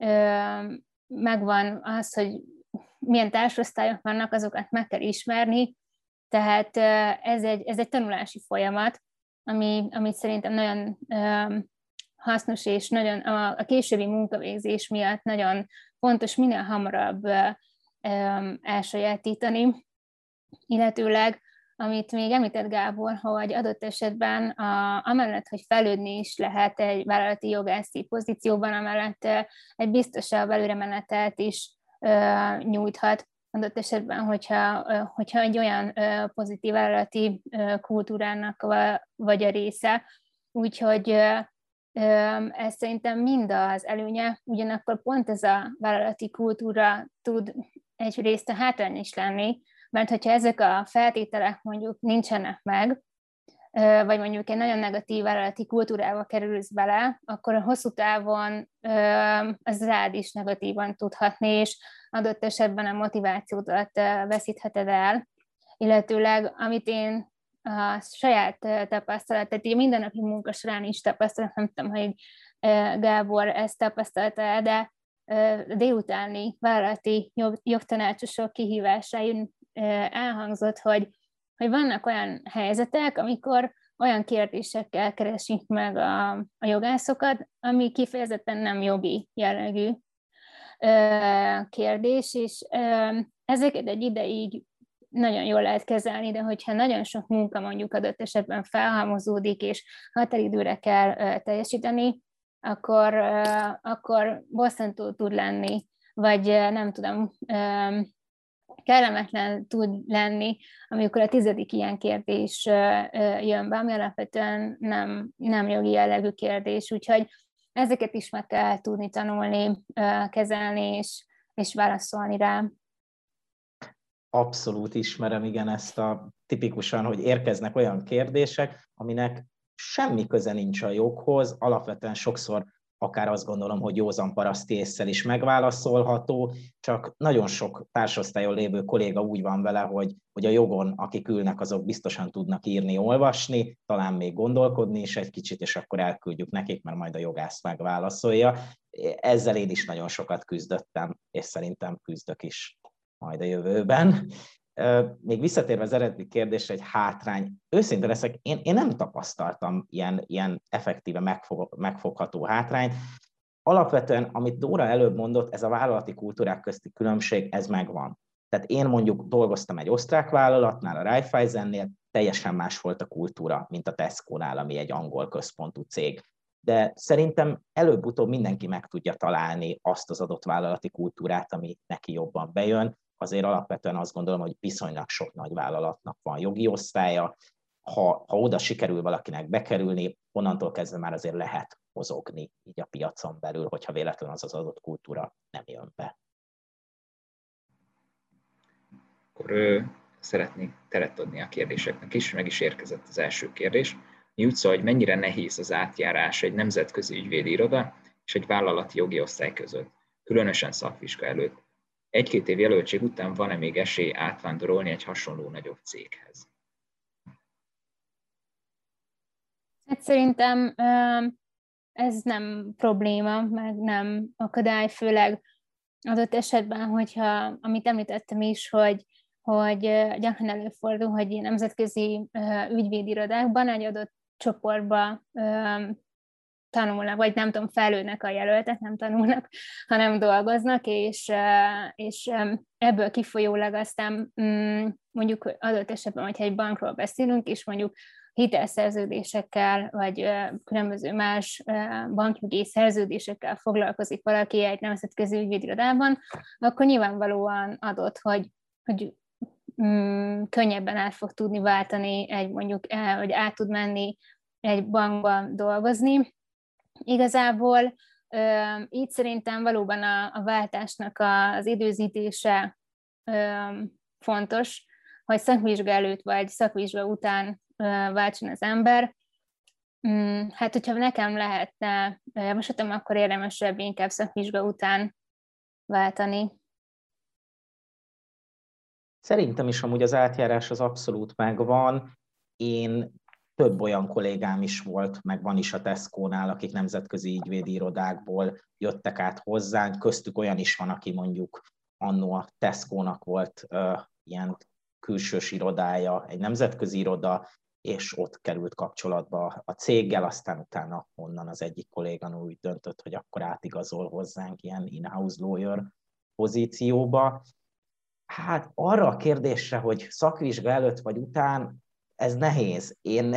megvan az, hogy milyen társosztályok vannak, azokat meg kell ismerni, tehát ez egy tanulási folyamat, amit szerintem nagyon hasznos, és nagyon a későbbi munkavégzés miatt nagyon fontos minél hamarabb elsajátítani, illetőleg, amit még említett Gábor, hogy adott esetben amellett, hogy fejlődni is lehet egy vállalati jogászi pozícióban, amellett egy biztosabb előremenetet is nyújthat, adott esetben, hogyha egy olyan pozitív vállalati kultúrának vagy a része. Úgyhogy ez szerintem mind az előnye, ugyanakkor pont ez a vállalati kultúra tud egyrészt a hátrány is lenni, mert hogyha ezek a feltételek mondjuk nincsenek meg, vagy mondjuk egy nagyon negatív vállalati kultúrába kerülsz bele, akkor a hosszú távon az rád is negatívan tudhatni, és adott esetben a motivációdat veszítheted el, illetőleg amit én a saját tapasztalat, tehát így mindennapi munka során is tapasztalat, nem tudom, hogy Gábor ezt tapasztalta, de délutáni vállalati jogtanácsosok kihívásain elhangzott, hogy vannak olyan helyzetek, amikor olyan kérdésekkel keresik meg a jogászokat, ami kifejezetten nem jogi jellegű kérdés, és ezeket egy ideig nagyon jól lehet kezelni, de hogyha nagyon sok munka mondjuk adott esetben felhalmozódik, és határidőre kell teljesíteni, akkor bosszantó tud lenni, vagy nem tudom, kellemetlen tud lenni, amikor a 10. ilyen kérdés jön be, ami alapvetően nem jogi jellegű kérdés, úgyhogy ezeket is meg kell tudni tanulni, kezelni és válaszolni rá. Abszolút ismerem, igen, ezt tipikusan, hogy érkeznek olyan kérdések, aminek semmi köze nincs a joghoz, alapvetően sokszor akár azt gondolom, hogy józan paraszti ésszel is megválaszolható, csak nagyon sok társosztályon lévő kolléga úgy van vele, hogy a jogon, akik ülnek, azok biztosan tudnak írni, olvasni, talán még gondolkodni is egy kicsit, és akkor elküldjük nekik, mert majd a jogász megválaszolja. Ezzel én is nagyon sokat küzdöttem, és szerintem küzdök is majd a jövőben. Még visszatérve az eredeti kérdésre, egy hátrány. Őszinte leszek, én nem tapasztaltam ilyen effektíve megfogható hátrányt. Alapvetően, amit Dóra előbb mondott, ez a vállalati kultúrák közti különbség, ez megvan. Tehát én mondjuk dolgoztam egy osztrák vállalatnál, a Raiffeisennél, teljesen más volt a kultúra, mint a Tesco-nál, ami egy angol központú cég. De szerintem előbb-utóbb mindenki meg tudja találni azt az adott vállalati kultúrát, ami neki jobban bejön. Azért alapvetően azt gondolom, hogy viszonylag sok nagy vállalatnak van jogi osztálya. Ha oda sikerül valakinek bekerülni, onnantól kezdve már azért lehet mozogni így a piacon belül, hogyha véletlenül az adott kultúra nem jön be. Akkor szeretnék teret adni a kérdéseknek is, meg is érkezett az első kérdés. Úgy szól, hogy mennyire nehéz az átjárás egy nemzetközi ügyvédi iroda és egy vállalati jogi osztály között, különösen szakvizsga előtt. 1-2 év jelöltség után van-e még esély átvándorolni egy hasonló nagyobb céghez? Hát szerintem ez nem probléma, meg nem akadály, főleg adott esetben, hogyha, amit említettem is, hogy gyakran előfordul, hogy nemzetközi ügyvédirodákban egy adott csoportba tanulnak, vagy nem tudom, fejlődnek a jelöltek, nem tanulnak, hanem dolgoznak, és ebből kifolyólag aztán mondjuk adott esetben, hogyha egy bankról beszélünk, és mondjuk hitelszerződésekkel, vagy különböző más bankjogi szerződésekkel foglalkozik valaki egy nemzetközi ügyvédirodában, akkor nyilvánvalóan adott, hogy könnyebben át fog tudni váltani, hogy át tud menni egy bankban dolgozni. Igazából így szerintem valóban a váltásnak az időzítése fontos, hogy szakvizsga előtt vagy szakvizsga után váltson az ember. Hát, hogyha nekem lehetne javaslatom, akkor érdemesebb inkább szakvizsga után váltani. Szerintem is amúgy az átjárás az abszolút megvan. Én több olyan kollégám is volt, meg van is a Tesco-nál, akik nemzetközi ügyvédi irodákból jöttek át hozzánk. Köztük olyan is van, aki mondjuk annó a Tesco-nak volt ilyen külsős irodája, egy nemzetközi iroda, és ott került kapcsolatba a céggel, aztán utána onnan az egyik kolléganő úgy döntött, hogy akkor átigazol hozzánk ilyen in-house lawyer pozícióba. Hát arra a kérdésre, hogy szakvizsga előtt vagy után, ez nehéz. Én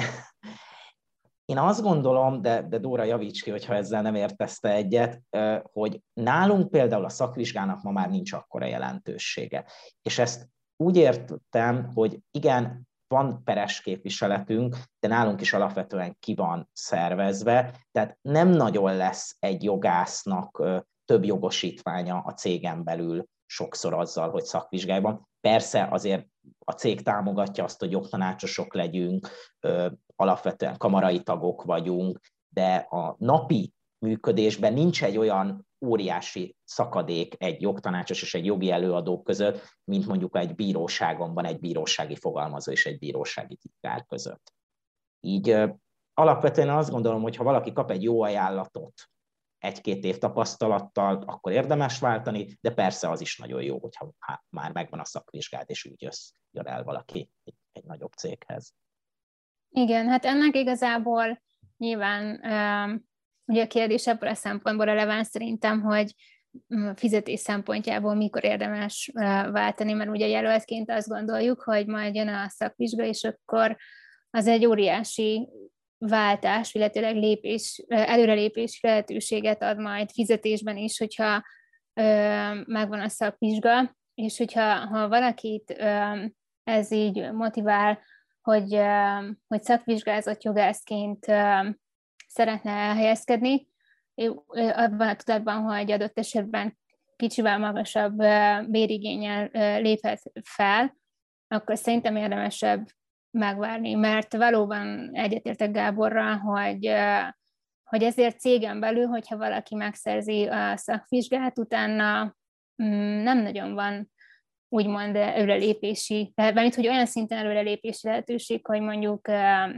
azt gondolom, de Dóra javíts ki, hogyha ezzel nem értezte egyet, hogy nálunk például a szakvizsgának ma már nincs akkora jelentősége. És ezt úgy értem, hogy igen, van peres képviseletünk, de nálunk is alapvetően ki van szervezve, tehát nem nagyon lesz egy jogásznak több jogosítványa a cégen belül sokszor azzal, hogy szakvizsgájban. Persze azért a cég támogatja azt, hogy jogtanácsosok legyünk, alapvetően kamarai tagok vagyunk, de a napi működésben nincs egy olyan óriási szakadék egy jogtanácsos és egy jogi előadó között, mint mondjuk egy bíróságon van egy bírósági fogalmazó és egy bírósági titkár között. Így alapvetően azt gondolom, hogy ha valaki kap egy jó ajánlatot 1-2 év tapasztalattal, akkor érdemes váltani, de persze az is nagyon jó, hogyha már megvan a szakvizsgád, és úgy jön el valaki egy nagyobb céghez. Igen, hát ennek igazából nyilván ugye a kérdés ebből a szempontból releváns szerintem, hogy fizetés szempontjából mikor érdemes váltani, mert ugye jelöltként azt gondoljuk, hogy majd jön a szakvizsga, és akkor az egy óriási váltás, illetőleg előrelépési lehetőséget ad majd fizetésben is, hogyha megvan a szakvizsga, és hogyha valakit ez így motivál, hogy szakvizsgázott jogászként szeretne elhelyezkedni, abban a tudatban, hogy adott esetben kicsivel magasabb bérigénnyel léphet fel, akkor szerintem érdemesebb megvárni, mert valóban egyetértek Gáborral, hogy ezért cégen belül, hogyha valaki megszerzi a szakvizsgát, utána nem nagyon van úgymond előrelépési, mert hogy olyan szinten előrelépési lehetőség, hogy mondjuk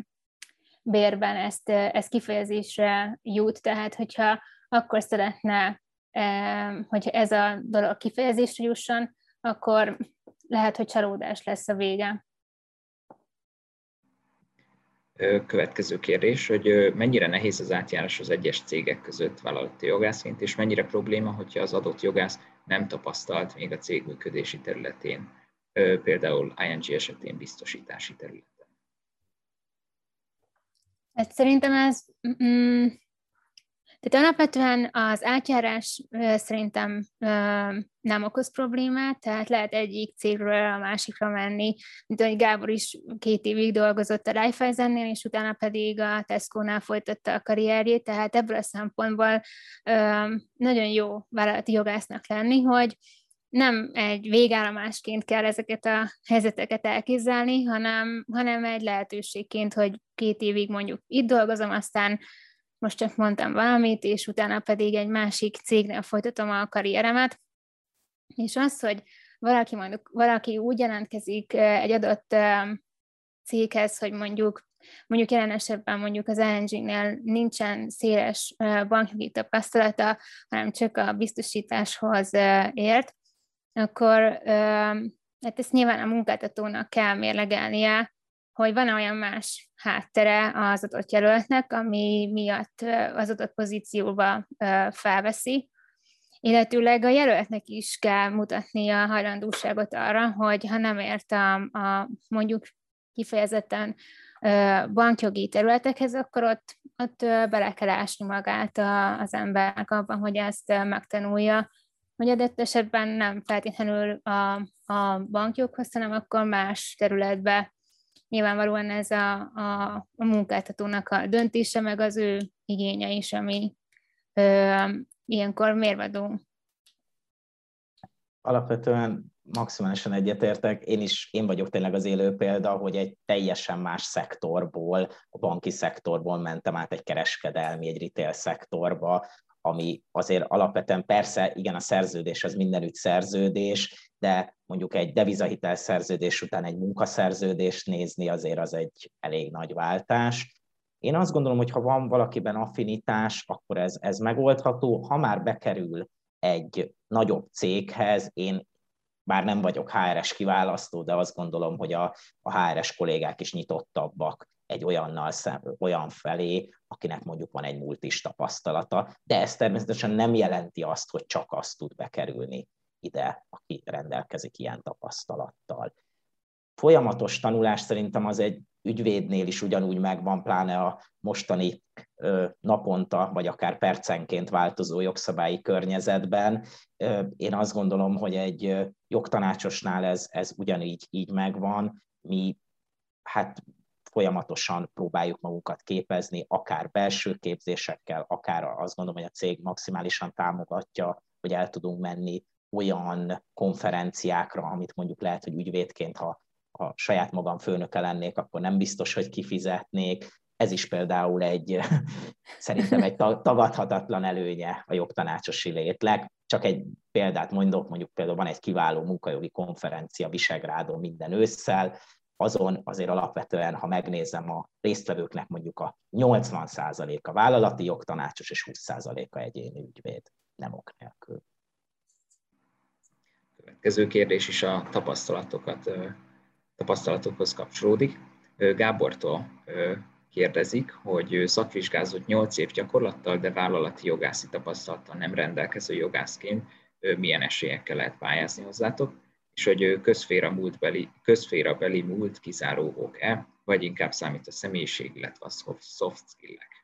bérben ezt kifejezésre jut, tehát hogyha akkor szeretne, hogyha ez a dolog kifejezésre jusson, akkor lehet, hogy csalódás lesz a vége. Következő kérdés, hogy mennyire nehéz az átjárás az egyes cégek között vállalati jogászként, és mennyire probléma, hogyha az adott jogász nem tapasztalt még a cég működési területén, például ING esetén biztosítási területen. Hát szerintem ez... Tehát alapvetően az átjárás szerintem nem okoz problémát, tehát lehet egyik cégről a másikra menni, mint ahogy Gábor is 2 évig dolgozott a Raiffeisennél, és utána pedig a Tesco-nál folytatta a karrierjét, tehát ebből a szempontból nagyon jó vállalati jogásznak lenni, hogy nem egy végállomásként kell ezeket a helyzeteket elképzelni, hanem egy lehetőségként, hogy 2 évig mondjuk itt dolgozom, aztán most csak mondtam valamit, és utána pedig egy másik cégnél folytatom a karrieremet. És az, hogy valaki úgy jelentkezik egy adott céghez, hogy mondjuk jelen esetben mondjuk az ING-nél nincsen széles bankjogi tapasztalata, hanem csak a biztosításhoz ért, akkor hát ezt nyilván a munkáltatónak kell mérlegelnie, hogy van olyan más háttere az adott jelöltnek, ami miatt az adott pozícióba felveszi, illetőleg a jelöltnek is kell mutatnia a hajlandóságot arra, hogy ha nem ért a mondjuk kifejezetten bankjogi területekhez, akkor ott bele kell ásni magát az embernek abban, hogy ezt megtanulja, hogy adott esetben nem feltétlenül a bankjoghoz, hanem akkor más területbe. Nyilvánvalóan ez a munkáltatónak a döntése, meg az ő igénye is, ami ilyenkor mérvadó. Alapvetően maximálisan egyetértek. Én vagyok tényleg az élő példa, hogy egy teljesen más szektorból, a banki szektorból mentem át egy kereskedelmi, egy retail szektorba, ami azért alapvetően persze, igen, a szerződés az mindenütt szerződés, de mondjuk egy devizahitel szerződés után egy munkaszerződést nézni azért az egy elég nagy váltás. Én azt gondolom, hogy ha van valakiben affinitás, akkor ez megoldható. Ha már bekerül egy nagyobb céghez, én bár nem vagyok HRS kiválasztó, de azt gondolom, hogy a HRS kollégák is nyitottabbak egy olyan felé, akinek mondjuk van egy multis tapasztalata, de ez természetesen nem jelenti azt, hogy csak azt tud bekerülni ide, aki rendelkezik ilyen tapasztalattal. Folyamatos tanulás szerintem az egy ügyvédnél is ugyanúgy megvan, pláne a mostani naponta, vagy akár percenként változó jogszabályi környezetben. Én azt gondolom, hogy egy jogtanácsosnál ez ugyanígy megvan. Mi hát folyamatosan próbáljuk magunkat képezni, akár belső képzésekkel, akár azt gondolom, hogy a cég maximálisan támogatja, hogy el tudunk menni olyan konferenciákra, amit mondjuk lehet, hogy ügyvédként, ha saját magam főnöke lennék, akkor nem biztos, hogy kifizetnék. Ez is például szerintem egy tagadhatatlan előnye a jogtanácsosi létnek. Csak egy példát mondok, mondjuk például van egy kiváló munkajogi konferencia Visegrádon minden ősszel, azon azért alapvetően, ha megnézem a résztvevőknek mondjuk a 80%-a vállalati jogtanácsos és 20%-a egyéni ügyvéd, nem ok nélkül. Következő kérdés is a tapasztalatokhoz kapcsolódik. Gábortól kérdezik, hogy szakvizsgázott 8 év gyakorlattal, de vállalati jogászi tapasztalattal nem rendelkező jogászként milyen esélyekkel lehet pályázni hozzátok, és hogy közszférabeli múlt kizáró ok-e, vagy inkább számít a személyiség, illetve a soft skill-ek?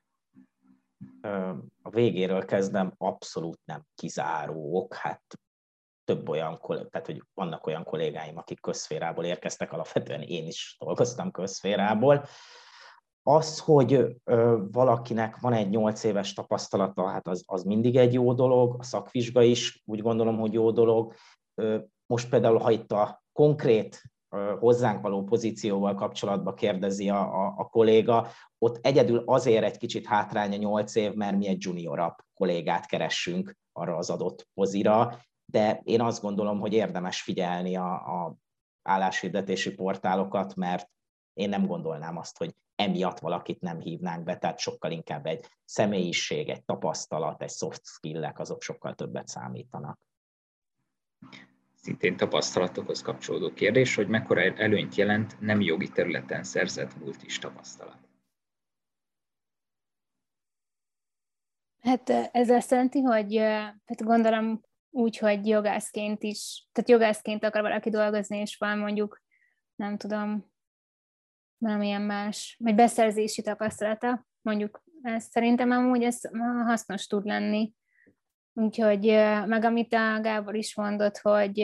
A végéről kezdem, abszolút nem kizáró ok. Hát tehát hogy vannak olyan kollégáim, akik közszférából érkeztek, alapvetően én is dolgoztam közszférából. Az, hogy valakinek van egy 8 éves tapasztalata, hát az mindig egy jó dolog, a szakvizsga is úgy gondolom, hogy jó dolog. Most például, ha itt a konkrét hozzánk való pozícióval kapcsolatban kérdezi a kolléga, ott egyedül azért egy kicsit hátrány a 8 év, mert mi egy juniorabb kollégát keressünk arra az adott pozira, de én azt gondolom, hogy érdemes figyelni a álláshirdetési portálokat, mert én nem gondolnám azt, hogy emiatt valakit nem hívnánk be, tehát sokkal inkább egy személyiség, egy tapasztalat, egy soft skill-ek, azok sokkal többet számítanak. Szintén tapasztalatokhoz kapcsolódó kérdés, hogy mekkora előnyt jelent nem jogi területen szerzett múltis tapasztalat? Hát ez azt jelenti, hogy hát gondolom úgy, hogy jogászként is, tehát jogászként akar valaki dolgozni, és van mondjuk, nem tudom, valamilyen más, vagy beszerzési tapasztalata, mondjuk ez szerintem amúgy ez hasznos tud lenni. Úgyhogy, meg amit a Gábor is mondott, hogy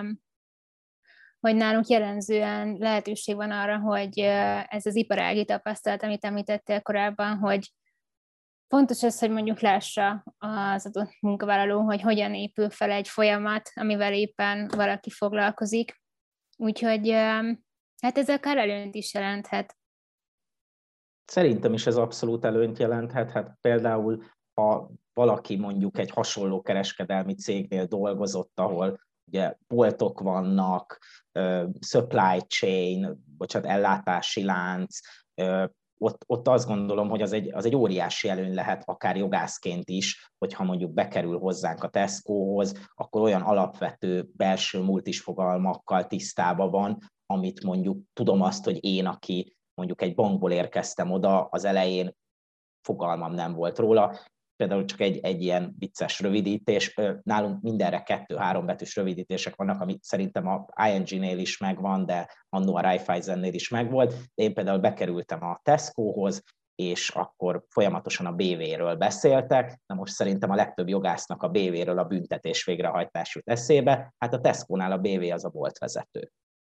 nálunk jellemzően lehetőség van arra, hogy ez az iparági tapasztalat, amit említettél korábban, hogy fontos az, hogy mondjuk lássa az adott munkavállaló, hogy hogyan épül fel egy folyamat, amivel éppen valaki foglalkozik. Úgyhogy hát ez akár előnyt is jelenthet. Szerintem is ez abszolút előnyt jelenthet. Hát például, ha valaki mondjuk egy hasonló kereskedelmi cégnél dolgozott, ahol ugye boltok vannak, supply chain, ellátási lánc, ott azt gondolom, hogy az egy óriási előny lehet akár jogászként is, hogyha mondjuk bekerül hozzánk a Tescohoz, akkor olyan alapvető belső multis fogalmakkal tisztában van, amit mondjuk tudom azt, hogy én, aki mondjuk egy bankból érkeztem oda, az elején fogalmam nem volt róla. Például csak egy ilyen vicces rövidítés, nálunk mindenre 2-3 betűs rövidítések vannak, ami szerintem a ING-nél is megvan, de annó a Raiffeisennél is megvolt. De én például bekerültem a Tescohoz, és akkor folyamatosan a BV-ről beszéltek. Na most szerintem a legtöbb jogásznak a BV-ről a büntetés végrehajtás jut eszébe, hát a Tesco-nál a BV az a boltvezető.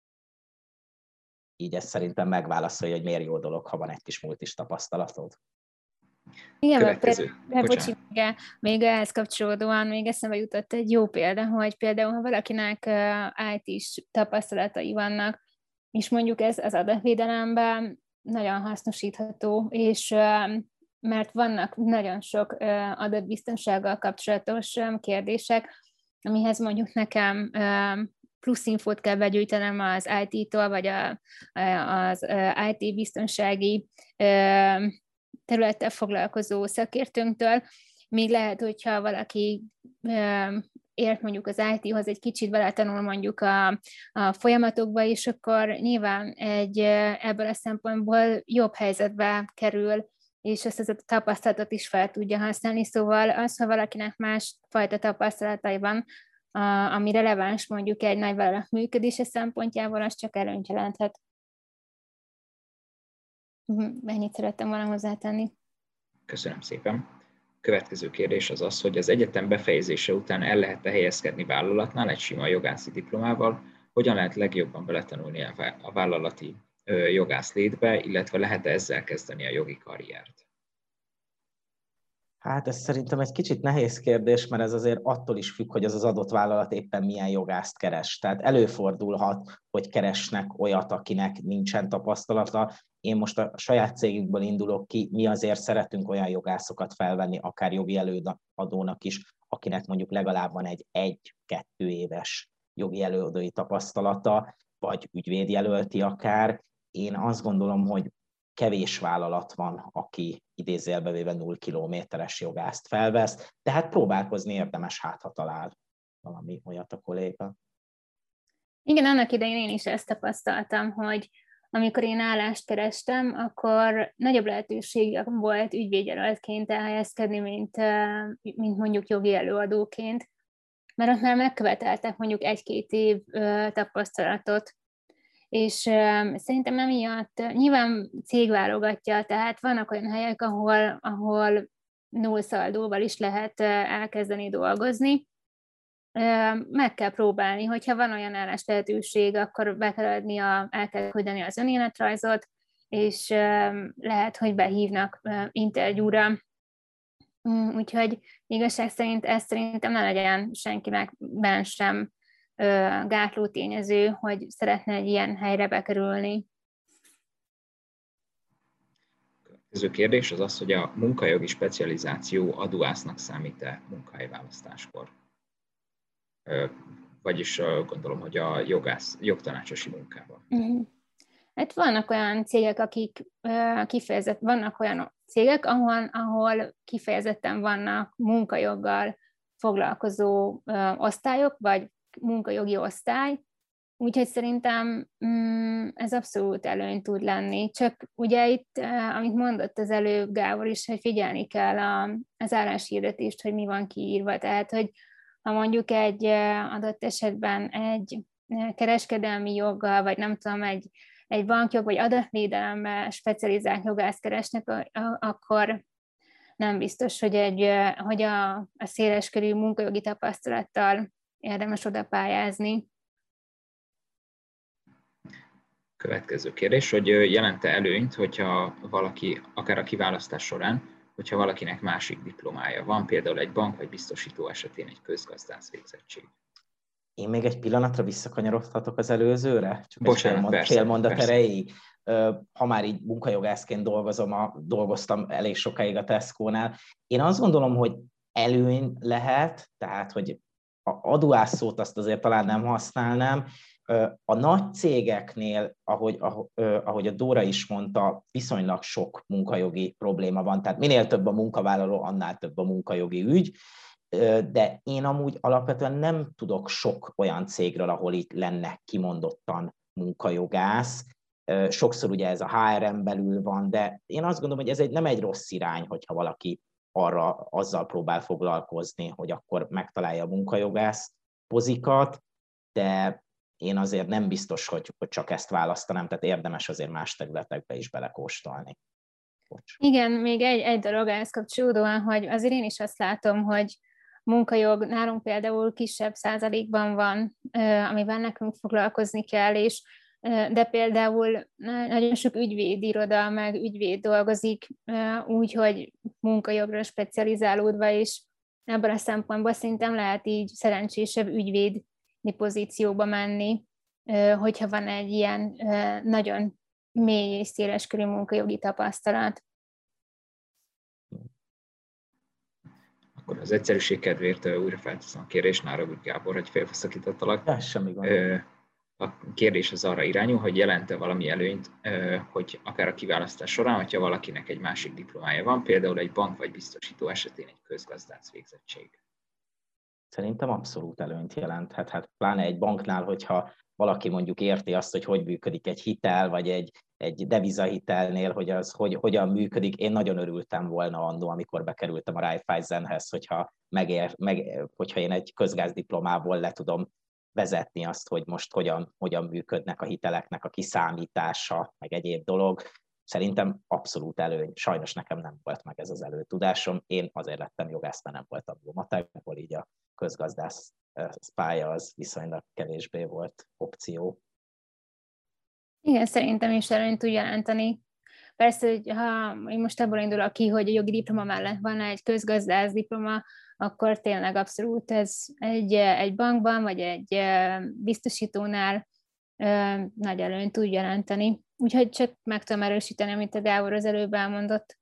Így ez szerintem megválaszolja, hogy miért jó dolog, ha van egy kis multis tapasztalatod. Igen, még ehhez kapcsolódóan még eszembe jutott egy jó példa, hogy például, ha valakinek IT-s tapasztalatai vannak, és mondjuk ez az adatvédelemben nagyon hasznosítható, és mert vannak nagyon sok adatbiztonsággal kapcsolatos kérdések, amihez mondjuk nekem plusz infót kell begyűjtenem az IT-tól, vagy az IT biztonsági területtel foglalkozó szakértőnktől, még lehet, hogyha valaki ért mondjuk az IT-hoz, egy kicsit beletanul mondjuk a folyamatokba, és akkor nyilván ebből a szempontból jobb helyzetbe kerül, és ezt a tapasztalatot is fel tudja használni. Szóval az, ha valakinek más fajta tapasztalatai van, ami releváns mondjuk egy nagyvállalat működése szempontjából, az csak előnyt jelenthet. Ennyit szerettem volna hozzátenni. Köszönöm szépen. Következő kérdés az az, hogy az egyetem befejezése után el lehet-e helyezkedni vállalatnál egy sima jogászi diplomával, hogyan lehet legjobban beletanulni a vállalati jogász létbe, illetve lehet-e ezzel kezdeni a jogi karriert? Hát ez szerintem egy kicsit nehéz kérdés, mert ez azért attól is függ, hogy az adott vállalat éppen milyen jogászt keres. Tehát előfordulhat, hogy keresnek olyat, akinek nincsen tapasztalata. Én most a saját cégünkből indulok ki, mi azért szeretünk olyan jogászokat felvenni, akár jogi előadónak is, akinek mondjuk legalább van egy 1-2 éves jogi előadói tapasztalata, vagy ügyvédjelölti akár. Én azt gondolom, hogy kevés vállalat van, aki idézőjelbe véve 0 kilométeres jogászt felvesz, tehát próbálkozni érdemes, hát ha talál valami olyat a kolléga. Igen, annak idején én is ezt tapasztaltam, hogy amikor én állást kerestem, akkor nagyobb lehetőségem volt ügyvédjelöltként elhelyezkedni, mint mondjuk jogi előadóként, mert ott már megköveteltek mondjuk 1-2 év tapasztalatot, és szerintem emiatt nyilván cég válogatja, tehát vannak olyan helyek, ahol nullszaldóval is lehet elkezdeni dolgozni. Meg kell próbálni, hogyha van olyan állás lehetőség, akkor be kell adni el kell küldeni az önéletrajzot, és lehet, hogy behívnak interjúra. Úgyhogy igazság szerint ez szerintem ne legyen senkinek ben sem gátló tényező, hogy szeretne egy ilyen helyre bekerülni. Következő kérdés az az, hogy a munkajogi specializáció adóásznak számít-e munkahelyválasztáskor? Vagyis gondolom, hogy a jogtanácsosi munkában. Hát vannak olyan cégek, vannak olyan cégek, ahol kifejezetten vannak munkajoggal foglalkozó osztályok, vagy munkajogi osztály, úgyhogy szerintem ez abszolút előny tud lenni. Csak ugye itt, amit mondott az előbb Gábor is, hogy figyelni kell az álláshirdetést, hogy mi van kiírva. Tehát, hogy ha mondjuk egy adott esetben egy kereskedelmi joggal, vagy nem tudom, egy bankjog vagy adatvédelemben specializált jogász keresnek, akkor nem biztos, hogy a széleskörű munkajogi tapasztalattal érdemes oda pályázni. Következő kérdés, hogy jelent-e előnyt, hogyha valaki, akár a kiválasztás során, hogyha valakinek másik diplomája van, például egy bank vagy biztosító esetén egy közgazdász végzettség? Én még egy pillanatra visszakanyarodhatok az előzőre? Csak Bocsánat, egy fél mondat persze. erejéig. Ha már így munkajogászként dolgoztam elég sokáig a Tesco-nál, én azt gondolom, hogy előny lehet, tehát hogy a adóász szót azt azért talán nem használnám. A nagy cégeknél, ahogy a Dóra is mondta, viszonylag sok munkajogi probléma van, tehát minél több a munkavállaló, annál több a munkajogi ügy, de én amúgy alapvetően nem tudok sok olyan cégről, ahol itt lenne kimondottan munkajogász. Sokszor ugye ez a HRM belül van, de én azt gondolom, hogy ez nem egy rossz irány, hogyha valaki azzal próbál foglalkozni, hogy akkor megtalálja a munkajogász pozikat, de én azért nem biztos, hogy csak ezt választanám, tehát érdemes azért más területekbe is belekóstolni. Bocs. Igen, még egy dolog ehhez kapcsolódóan, hogy azért én is azt látom, hogy munkajog nálunk például kisebb százalékban van, amivel nekünk foglalkozni kell, de például nagyon sok ügyvédiroda, meg ügyvéd dolgozik úgy, hogy munkajogra specializálódva, és ebből a szempontból szerintem lehet így szerencsésebb ügyvédi pozícióba menni, hogyha van egy ilyen nagyon mély és széleskörű munkajogi tapasztalat. Akkor az egyszerűség kedvéért újra felteszem a kérdést, Nára Gábor, hogy félbeszakítottalak. Ja, semmi gond. A kérdés az arra irányul, hogy jelent-e valami előnyt, hogy akár a kiválasztás során, hogyha valakinek egy másik diplomája van, például egy bank vagy biztosító esetén egy közgazdász végzettség. Szerintem abszolút előnyt jelenthet. Hát pláne egy banknál, hogyha valaki mondjuk érti azt, hogy működik egy hitel, vagy egy devizahitelnél, hogy az hogyan működik. Én nagyon örültem volna annó, amikor bekerültem a Raiffeisenhez, hogyha én egy közgázdiplomából le tudom vezetni azt, hogy most hogyan működnek a hiteleknek a kiszámítása, meg egyéb dolog. Szerintem abszolút előny. Sajnos nekem nem volt meg ez az előtudásom. Én azért lettem jogász, mert nem voltam jó matekból, így a közgazdász pálya az viszonylag kevésbé volt opció. Igen, szerintem is előnyt tud jelenteni. Persze, hogy ha én most abból indulok ki, hogy a jogi diploma mellett van egy közgazdász diploma, akkor tényleg abszolút ez egy bankban, vagy egy biztosítónál nagy előnyt tud jelenteni. Úgyhogy csak meg tudom erősíteni, amit a Gábor az előbb elmondott.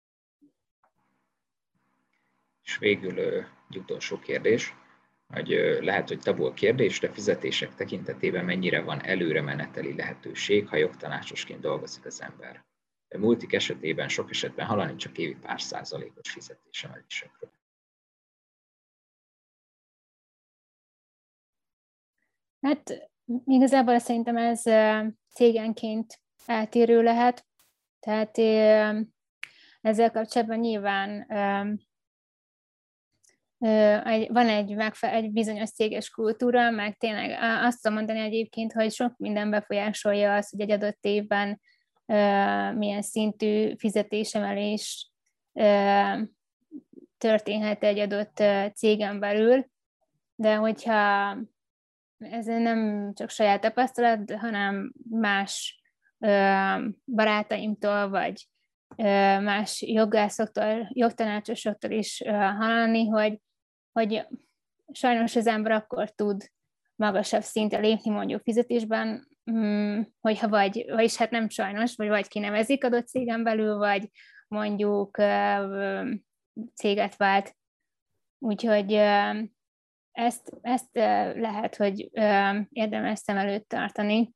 És végül egy utolsó kérdés, hogy lehet, hogy tabu a kérdés, de fizetések tekintetében mennyire van előre meneteli lehetőség, ha jogtanácsosként dolgozik az ember. A multik esetében sok esetben hallani csak évi pár százalékos fizetésemelésekről. Hát igazából szerintem ez cégenként eltérő lehet, tehát ezzel kapcsolatban nyilván van egy bizonyos céges kultúra, meg tényleg azt tudom mondani egyébként, hogy sok minden befolyásolja az, hogy egy adott évben milyen szintű fizetésemelés történhet egy adott cégen belül, de hogyha ez nem csak saját tapasztalat, hanem más barátaimtól, vagy más jogászoktól, jogtanácsosoktól is hallani, hogy sajnos az ember akkor tud magasabb szintre lépni mondjuk fizetésben, hogyha vagyis hát nem sajnos, vagy kinevezik adott cégen belül, vagy mondjuk céget vált. Úgyhogy ezt lehet, hogy érdemes szem előtt tartani.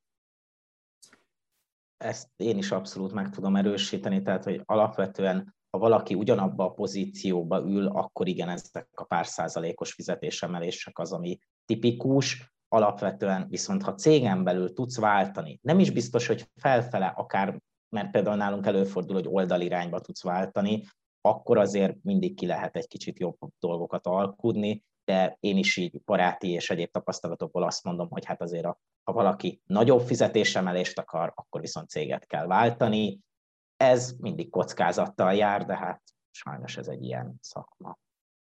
Ezt én is abszolút meg tudom erősíteni, tehát hogy alapvetően, ha valaki ugyanabba a pozícióba ül, akkor igen, ezek a pár százalékos fizetésemelések az, ami tipikus. Alapvetően viszont, ha cégen belül tudsz váltani, nem is biztos, hogy felfele akár, mert például nálunk előfordul, hogy oldalirányba tudsz váltani, akkor azért mindig ki lehet egy kicsit jobb dolgokat alkudni, de én is így baráti és egyéb tapasztalatokból azt mondom, hogy hát azért ha valaki nagyobb fizetésemelést akar, akkor viszont céget kell váltani. Ez mindig kockázattal jár, de hát sajnos ez egy ilyen szakma.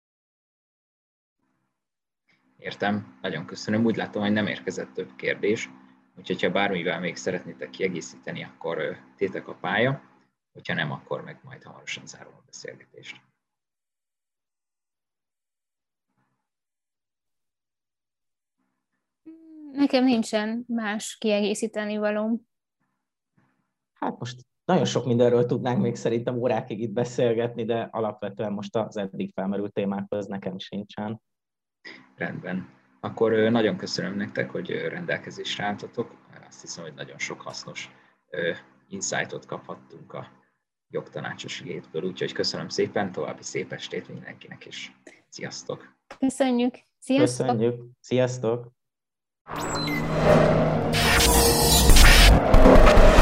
Értem, nagyon köszönöm. Úgy látom, hogy nem érkezett több kérdés, úgyhogy ha bármivel még szeretnétek kiegészíteni, akkor tétek a pálya, hogyha nem, akkor meg majd hamarosan zárom a beszélgetést. Nekem nincsen más kiegészíteni valóm. Hát most nagyon sok mindenről tudnánk még szerintem órákig itt beszélgetni, de alapvetően most az eddig felmerült témákhoz nekem sincsen. Rendben. Akkor nagyon köszönöm nektek, hogy rendelkezésre álltatok. Azt hiszem, hogy nagyon sok hasznos insightot kaphattunk a jogtanácsosi létből, úgyhogy köszönöm szépen, további szép estét mindenkinek, és sziasztok! Köszönjük! Sziasztok! Köszönjük! Sziasztok!